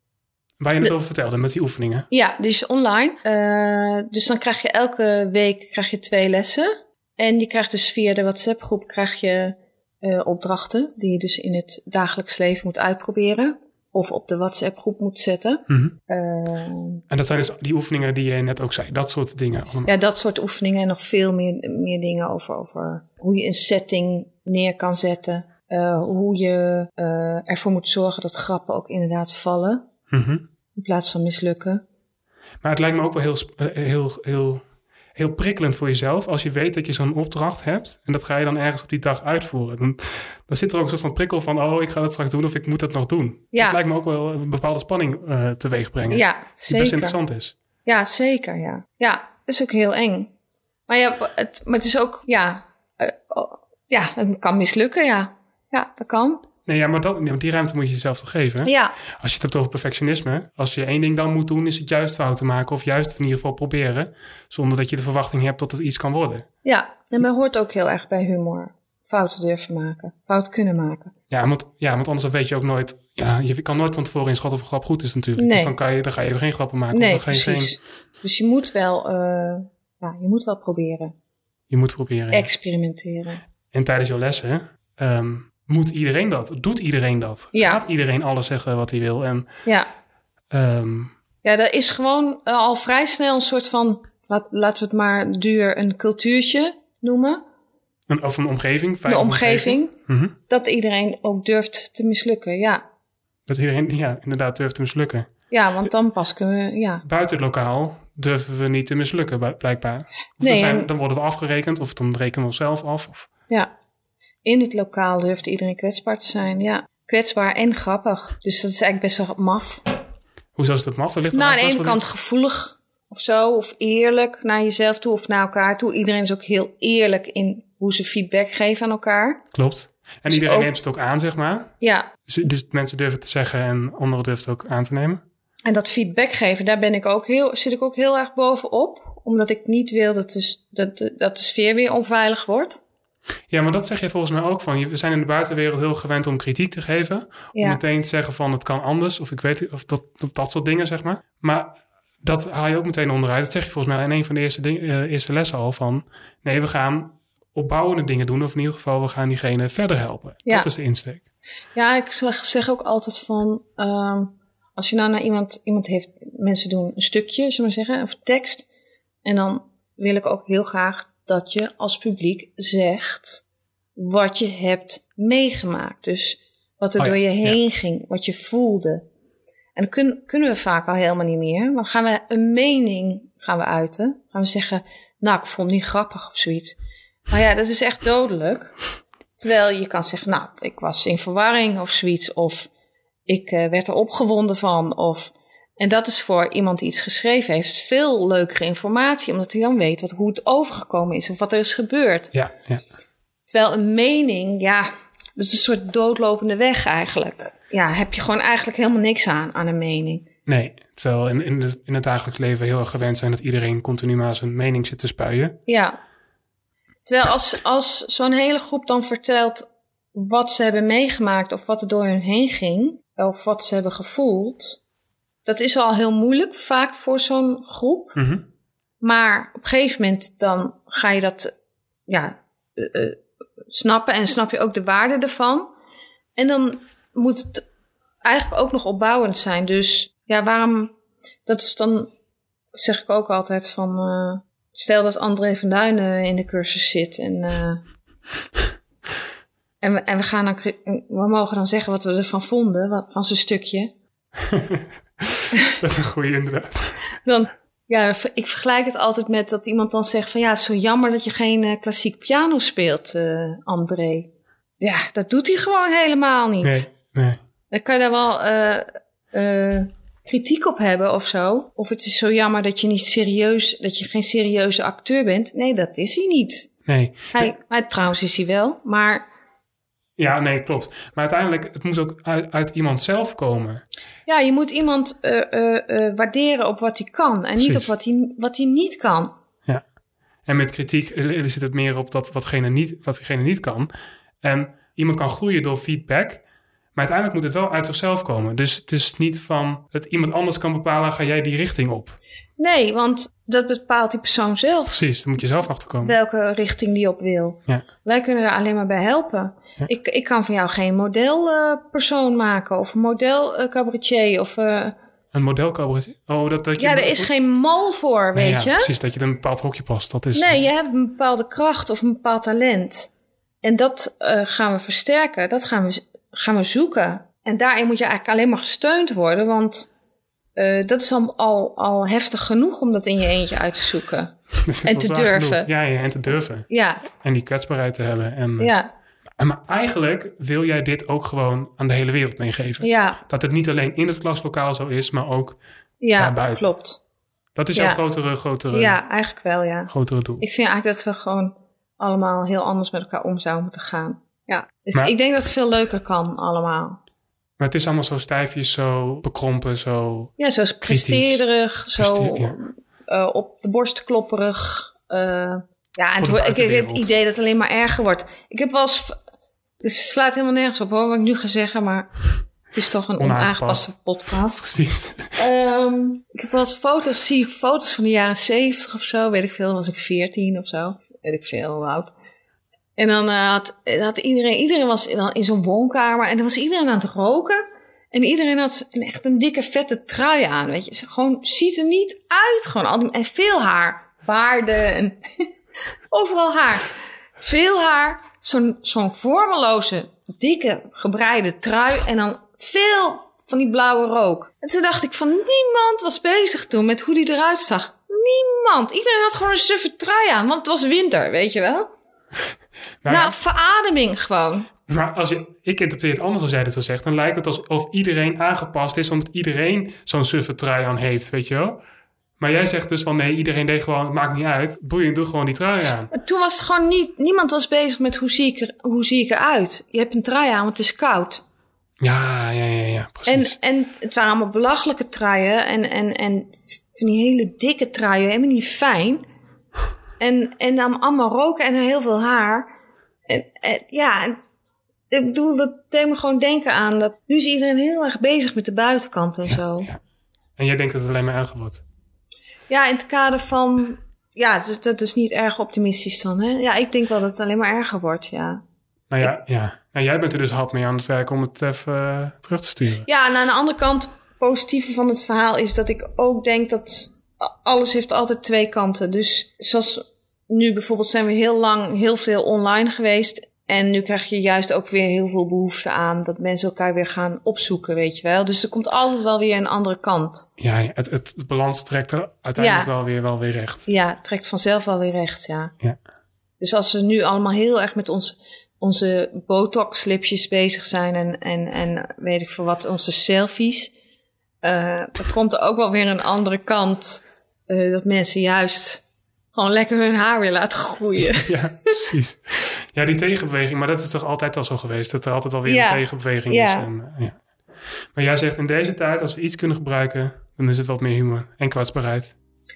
Waar je het over vertelde, met die oefeningen. Ja, dus online. Uh, dus dan krijg je elke week krijg je twee lessen. En je krijgt dus via de WhatsApp-groep krijg je uh, opdrachten... die je dus in het dagelijks leven moet uitproberen. Of op de WhatsApp-groep moet zetten. Mm-hmm. Uh, en dat zijn dus die oefeningen die je net ook zei. Dat soort dingen allemaal. Ja, dat soort oefeningen. En nog veel meer, meer dingen over, over hoe je een setting neer kan zetten. Uh, hoe je uh, ervoor moet zorgen dat grappen ook inderdaad vallen. Mm-hmm. In plaats van mislukken. Maar het lijkt me ook wel heel, heel, heel, heel prikkelend voor jezelf... als je weet dat je zo'n opdracht hebt... en dat ga je dan ergens op die dag uitvoeren. Dan, dan zit er ook een soort van prikkel van... oh, ik ga dat straks doen of ik moet dat nog doen. Ja. Dat lijkt me ook wel een bepaalde spanning uh, teweeg brengen. Ja, die zeker. best interessant is. Ja, zeker, ja. Ja, dat is ook heel eng. Maar ja, het, maar het is ook... Ja, uh, oh, ja, het kan mislukken, ja. Ja, dat kan. Nee, ja, maar dat, die ruimte moet je jezelf toch geven? Hè? Ja. Als je het hebt over perfectionisme... als je één ding dan moet doen... is het juist fouten maken... of juist in ieder geval proberen... zonder dat je de verwachting hebt dat het iets kan worden. Ja, en dat hoort ook heel erg bij humor. Fouten durven maken. Fouten kunnen maken. Ja, want, ja, want anders weet je ook nooit... Ja, je kan nooit van tevoren inschatten of een grap goed is natuurlijk. Nee. Dus dan, kan je, dan ga je geen grappen maken. Nee, dan ga je precies. Geen... Dus je moet wel... Uh, ja, je moet wel proberen. Je moet proberen. Experimenteren. En tijdens jouw lessen... Um, moet iedereen dat? Doet iedereen dat? Ja. Gaat iedereen alles zeggen wat hij wil? En, ja. Um, ja, dat is gewoon uh, al vrij snel een soort van... Laat, laten we het maar duur een cultuurtje noemen. Een, of een omgeving. Een omgeving. omgeving mm-hmm. Dat iedereen ook durft te mislukken, ja. Dat iedereen, ja, inderdaad durft te mislukken. Ja, want dan pas kunnen we, ja. Buiten het lokaal durven we niet te mislukken, blijkbaar. Of nee, dan, zijn, en... dan worden we afgerekend of dan rekenen we onszelf af. Of... Ja. In het lokaal durft iedereen kwetsbaar te zijn, ja. Kwetsbaar en grappig. Dus dat is eigenlijk best wel maf. Hoezo is dat maf? Dat ligt er nou, aan de ene kant ligt. gevoelig of zo. Of eerlijk naar jezelf toe of naar elkaar toe. Iedereen is ook heel eerlijk in hoe ze feedback geven aan elkaar. Klopt. En dus iedereen ook... neemt het ook aan, zeg maar. Ja. Dus, dus mensen durven te zeggen en anderen durven het ook aan te nemen. En dat feedback geven, daar ben ik ook heel, zit ik ook heel erg bovenop. Omdat ik niet wil dat de, dat, dat de sfeer weer onveilig wordt. Ja, maar dat zeg je volgens mij ook van. We zijn in de buitenwereld heel gewend om kritiek te geven. Om ja. meteen te zeggen van het kan anders. Of ik weet of dat, dat, dat soort dingen, zeg maar. Maar dat haal je ook meteen onderuit. Dat zeg je volgens mij in een van de eerste, ding, uh, eerste lessen al van. Nee, we gaan opbouwende dingen doen. Of in ieder geval, we gaan diegene verder helpen. Ja. Dat is de insteek. Ja, ik zeg, zeg ook altijd van... Um, als je nou naar iemand... Iemand heeft... Mensen doen een stukje, zullen we maar zeggen. Of tekst. En dan wil ik ook heel graag... dat je als publiek zegt wat je hebt meegemaakt. Dus wat er oh ja, door je heen ja. ging, wat je voelde. En dat kun, kunnen we vaak al helemaal niet meer. Dan gaan we een mening gaan we uiten. Gaan we zeggen, nou, ik vond het niet grappig of zoiets. Maar ja, dat is echt dodelijk. Terwijl je kan zeggen, nou, ik was in verwarring of zoiets. Of ik uh, werd er opgewonden van. Of... En dat is voor iemand die iets geschreven heeft veel leukere informatie. Omdat hij dan weet wat, hoe het overgekomen is of wat er is gebeurd. Ja, ja. Terwijl een mening, ja, dat is een soort doodlopende weg eigenlijk. Ja, heb je gewoon eigenlijk helemaal niks aan, aan een mening. Nee, terwijl in, in, het, in het dagelijks leven heel erg gewend zijn dat iedereen continu maar zijn mening zit te spuien. Ja. Terwijl als, als zo'n hele groep dan vertelt wat ze hebben meegemaakt of wat er door hun heen ging. Of wat ze hebben gevoeld. Dat is al heel moeilijk vaak voor zo'n groep. Mm-hmm. Maar op een gegeven moment dan ga je dat ja, uh, uh, snappen. En snap je ook de waarde ervan. En dan moet het eigenlijk ook nog opbouwend zijn. Dus ja, waarom... Dat is dan, zeg ik ook altijd van... Uh, stel dat André van Duinen in de cursus zit en... Uh, En we, en we, gaan dan, we mogen dan zeggen wat we ervan vonden, wat, van zijn stukje. Dat is een goeie inderdaad. Dan, ja, ik vergelijk het altijd met dat iemand dan zegt van... ja, het is zo jammer dat je geen uh, klassiek piano speelt, uh, André. Ja, dat doet hij gewoon helemaal niet. Nee, nee. Dan kan je daar wel uh, uh, kritiek op hebben of zo. Of het is zo jammer dat je niet serieus, dat je geen serieuze acteur bent. Nee, dat is hij niet. Nee. Hij, maar trouwens is hij wel, maar... Ja, nee, klopt. Maar uiteindelijk, het moet ook uit, uit iemand zelf komen. Ja, je moet iemand uh, uh, uh, waarderen op wat hij kan. En Precies. niet op wat hij, wat hij niet kan. Ja. En met kritiek zit het meer op dat watgene niet, wat diegene niet kan. En iemand kan groeien door feedback. Maar uiteindelijk moet het wel uit zichzelf komen. Dus het is niet van dat iemand anders kan bepalen, ga jij die richting op. Nee, want dat bepaalt die persoon zelf. Precies, daar moet je zelf achterkomen. Welke richting die op wil. Ja. Wij kunnen er alleen maar bij helpen. Ja. Ik, ik kan van jou geen modelpersoon uh, maken. Of een model uh, cabaretier. Of, uh... Een model cabaretier? Oh, dat, dat je ja, er is geen mal voor, weet nee, je. Ja, precies, dat je in een bepaald hokje past. Dat is, nee, je hebt een bepaalde kracht of een bepaald talent. En dat uh, gaan we versterken. Dat gaan we, gaan we zoeken. En daarin moet je eigenlijk alleen maar gesteund worden. Want... Uh, dat is al, al, al heftig genoeg om dat in je eentje uit te zoeken. En te durven. Ja, ja, en te durven. Ja. En die kwetsbaarheid te hebben. En, ja. En, maar eigenlijk wil jij dit ook gewoon aan de hele wereld meegeven. Ja. Dat het niet alleen in het klaslokaal zo is, maar ook ja, daarbuiten. Ja, klopt. Dat is ja. jouw grotere, grotere, ja, eigenlijk wel, ja. grotere doel. Ik vind eigenlijk dat we gewoon allemaal heel anders met elkaar om zouden moeten gaan. Ja. Dus maar, ik denk dat het veel leuker kan allemaal. Maar het is allemaal zo stijfjes, zo bekrompen, zo... Ja, zo presterig, zo Presteer, ja. uh, op de borst klopperig. Uh, ja, en het, ik heb het idee dat het alleen maar erger wordt. Ik heb wel eens... Dus het slaat helemaal nergens op, hoor, wat ik nu ga zeggen, maar... Het is toch een onaangepaste podcast. Precies. Um, ik heb wel eens foto's, zie ik foto's van de jaren zeventig of zo, weet ik veel, was ik veertien of zo, weet ik veel, hoe oud. En dan uh, had, had iedereen, iedereen was in, in zo'n woonkamer en dan was iedereen aan het roken. En iedereen had een, echt een dikke vette trui aan, weet je. Ze gewoon, ziet er niet uit, gewoon al die, en veel haar, baarden en overal haar. Veel haar, zo'n, zo'n vormeloze, dikke, gebreide trui en dan veel van die blauwe rook. En toen dacht ik van, niemand was bezig toen met hoe die eruit zag. Niemand. Iedereen had gewoon een suffe trui aan, want het was winter, weet je wel. Nou, nou verademing gewoon. Maar als je, ik interpreteer het anders als jij dit zo zegt. Dan lijkt het alsof iedereen aangepast is, omdat iedereen zo'n suffe trui aan heeft, weet je wel. Maar jij zegt dus van nee, iedereen deed gewoon, het maakt niet uit. Boeien, doe gewoon die trui aan. Toen was het gewoon niet, niemand was bezig met hoe zie ik, er, hoe zie ik eruit. Je hebt een trui aan, want het is koud. Ja, ja, ja, ja, precies. En, en het waren allemaal belachelijke truien en, en, en van die hele dikke truien, helemaal niet fijn. En, en dan allemaal roken en heel veel haar. En, en ja, en, ik bedoel, dat deed me gewoon denken aan dat nu is iedereen heel erg bezig met de buitenkant en ja, zo. Ja. En jij denkt dat het alleen maar erger wordt? Ja, in het kader van... Ja, dat, dat is niet erg optimistisch dan, hè? Ja, ik denk wel dat het alleen maar erger wordt, ja. Nou ja, ik, ja. Nou, jij bent er dus hard mee aan het werk om het even uh, terug te sturen. Ja, en aan de andere kant, het positieve van het verhaal is dat ik ook denk dat alles heeft altijd twee kanten. Dus zoals nu bijvoorbeeld zijn we heel lang heel veel online geweest. En nu krijg je juist ook weer heel veel behoefte aan dat mensen elkaar weer gaan opzoeken, weet je wel. Dus er komt altijd wel weer een andere kant. Ja, het, het, het balans trekt er uiteindelijk ja. wel, weer, wel weer recht. Ja, het trekt vanzelf wel weer recht, ja. ja. Dus als we nu allemaal heel erg met ons, onze botox-lipjes bezig zijn en, en, en weet ik veel wat, onze selfies. Uh, er komt er ook wel weer een andere kant, uh, dat mensen juist gewoon lekker hun haar weer laten groeien. Ja, precies. Ja, die tegenbeweging, maar dat is toch altijd al zo geweest, dat er altijd alweer ja. een tegenbeweging ja. is. En, uh, ja. Maar jij zegt in deze tijd, als we iets kunnen gebruiken, dan is het wat meer humor en kwetsbaarheid.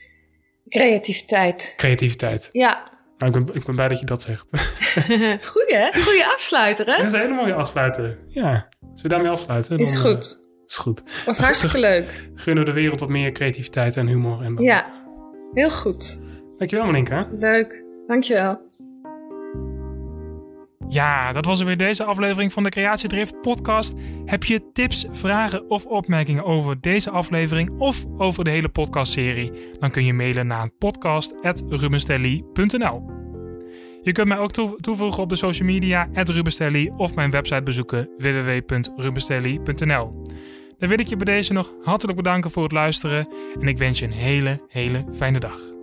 Creativiteit. Creativiteit. Ja. Nou, ik ben, ik ben blij dat je dat zegt. Goeie, hè? Goeie afsluiter, hè? Dat is een hele mooie afsluiter. Ja, zullen we daarmee afsluiten? Is dan, goed. Uh, is goed. Was hartstikke leuk. Gunnen de wereld wat meer creativiteit en humor. En dan... Ja, heel goed. Dankjewel, Malinka. Leuk. Dankjewel. Ja, dat was er weer deze aflevering van de Creatiedrift podcast. Heb je tips, vragen of opmerkingen over deze aflevering of over de hele podcastserie? Dan kun je mailen naar podcast at rubenstelly punt n l. Je kunt mij ook toevoegen op de social media at rubenstelly of mijn website bezoeken w w w punt rubenstelly punt n l. Dan wil ik je bij deze nog hartelijk bedanken voor het luisteren en ik wens je een hele, hele fijne dag.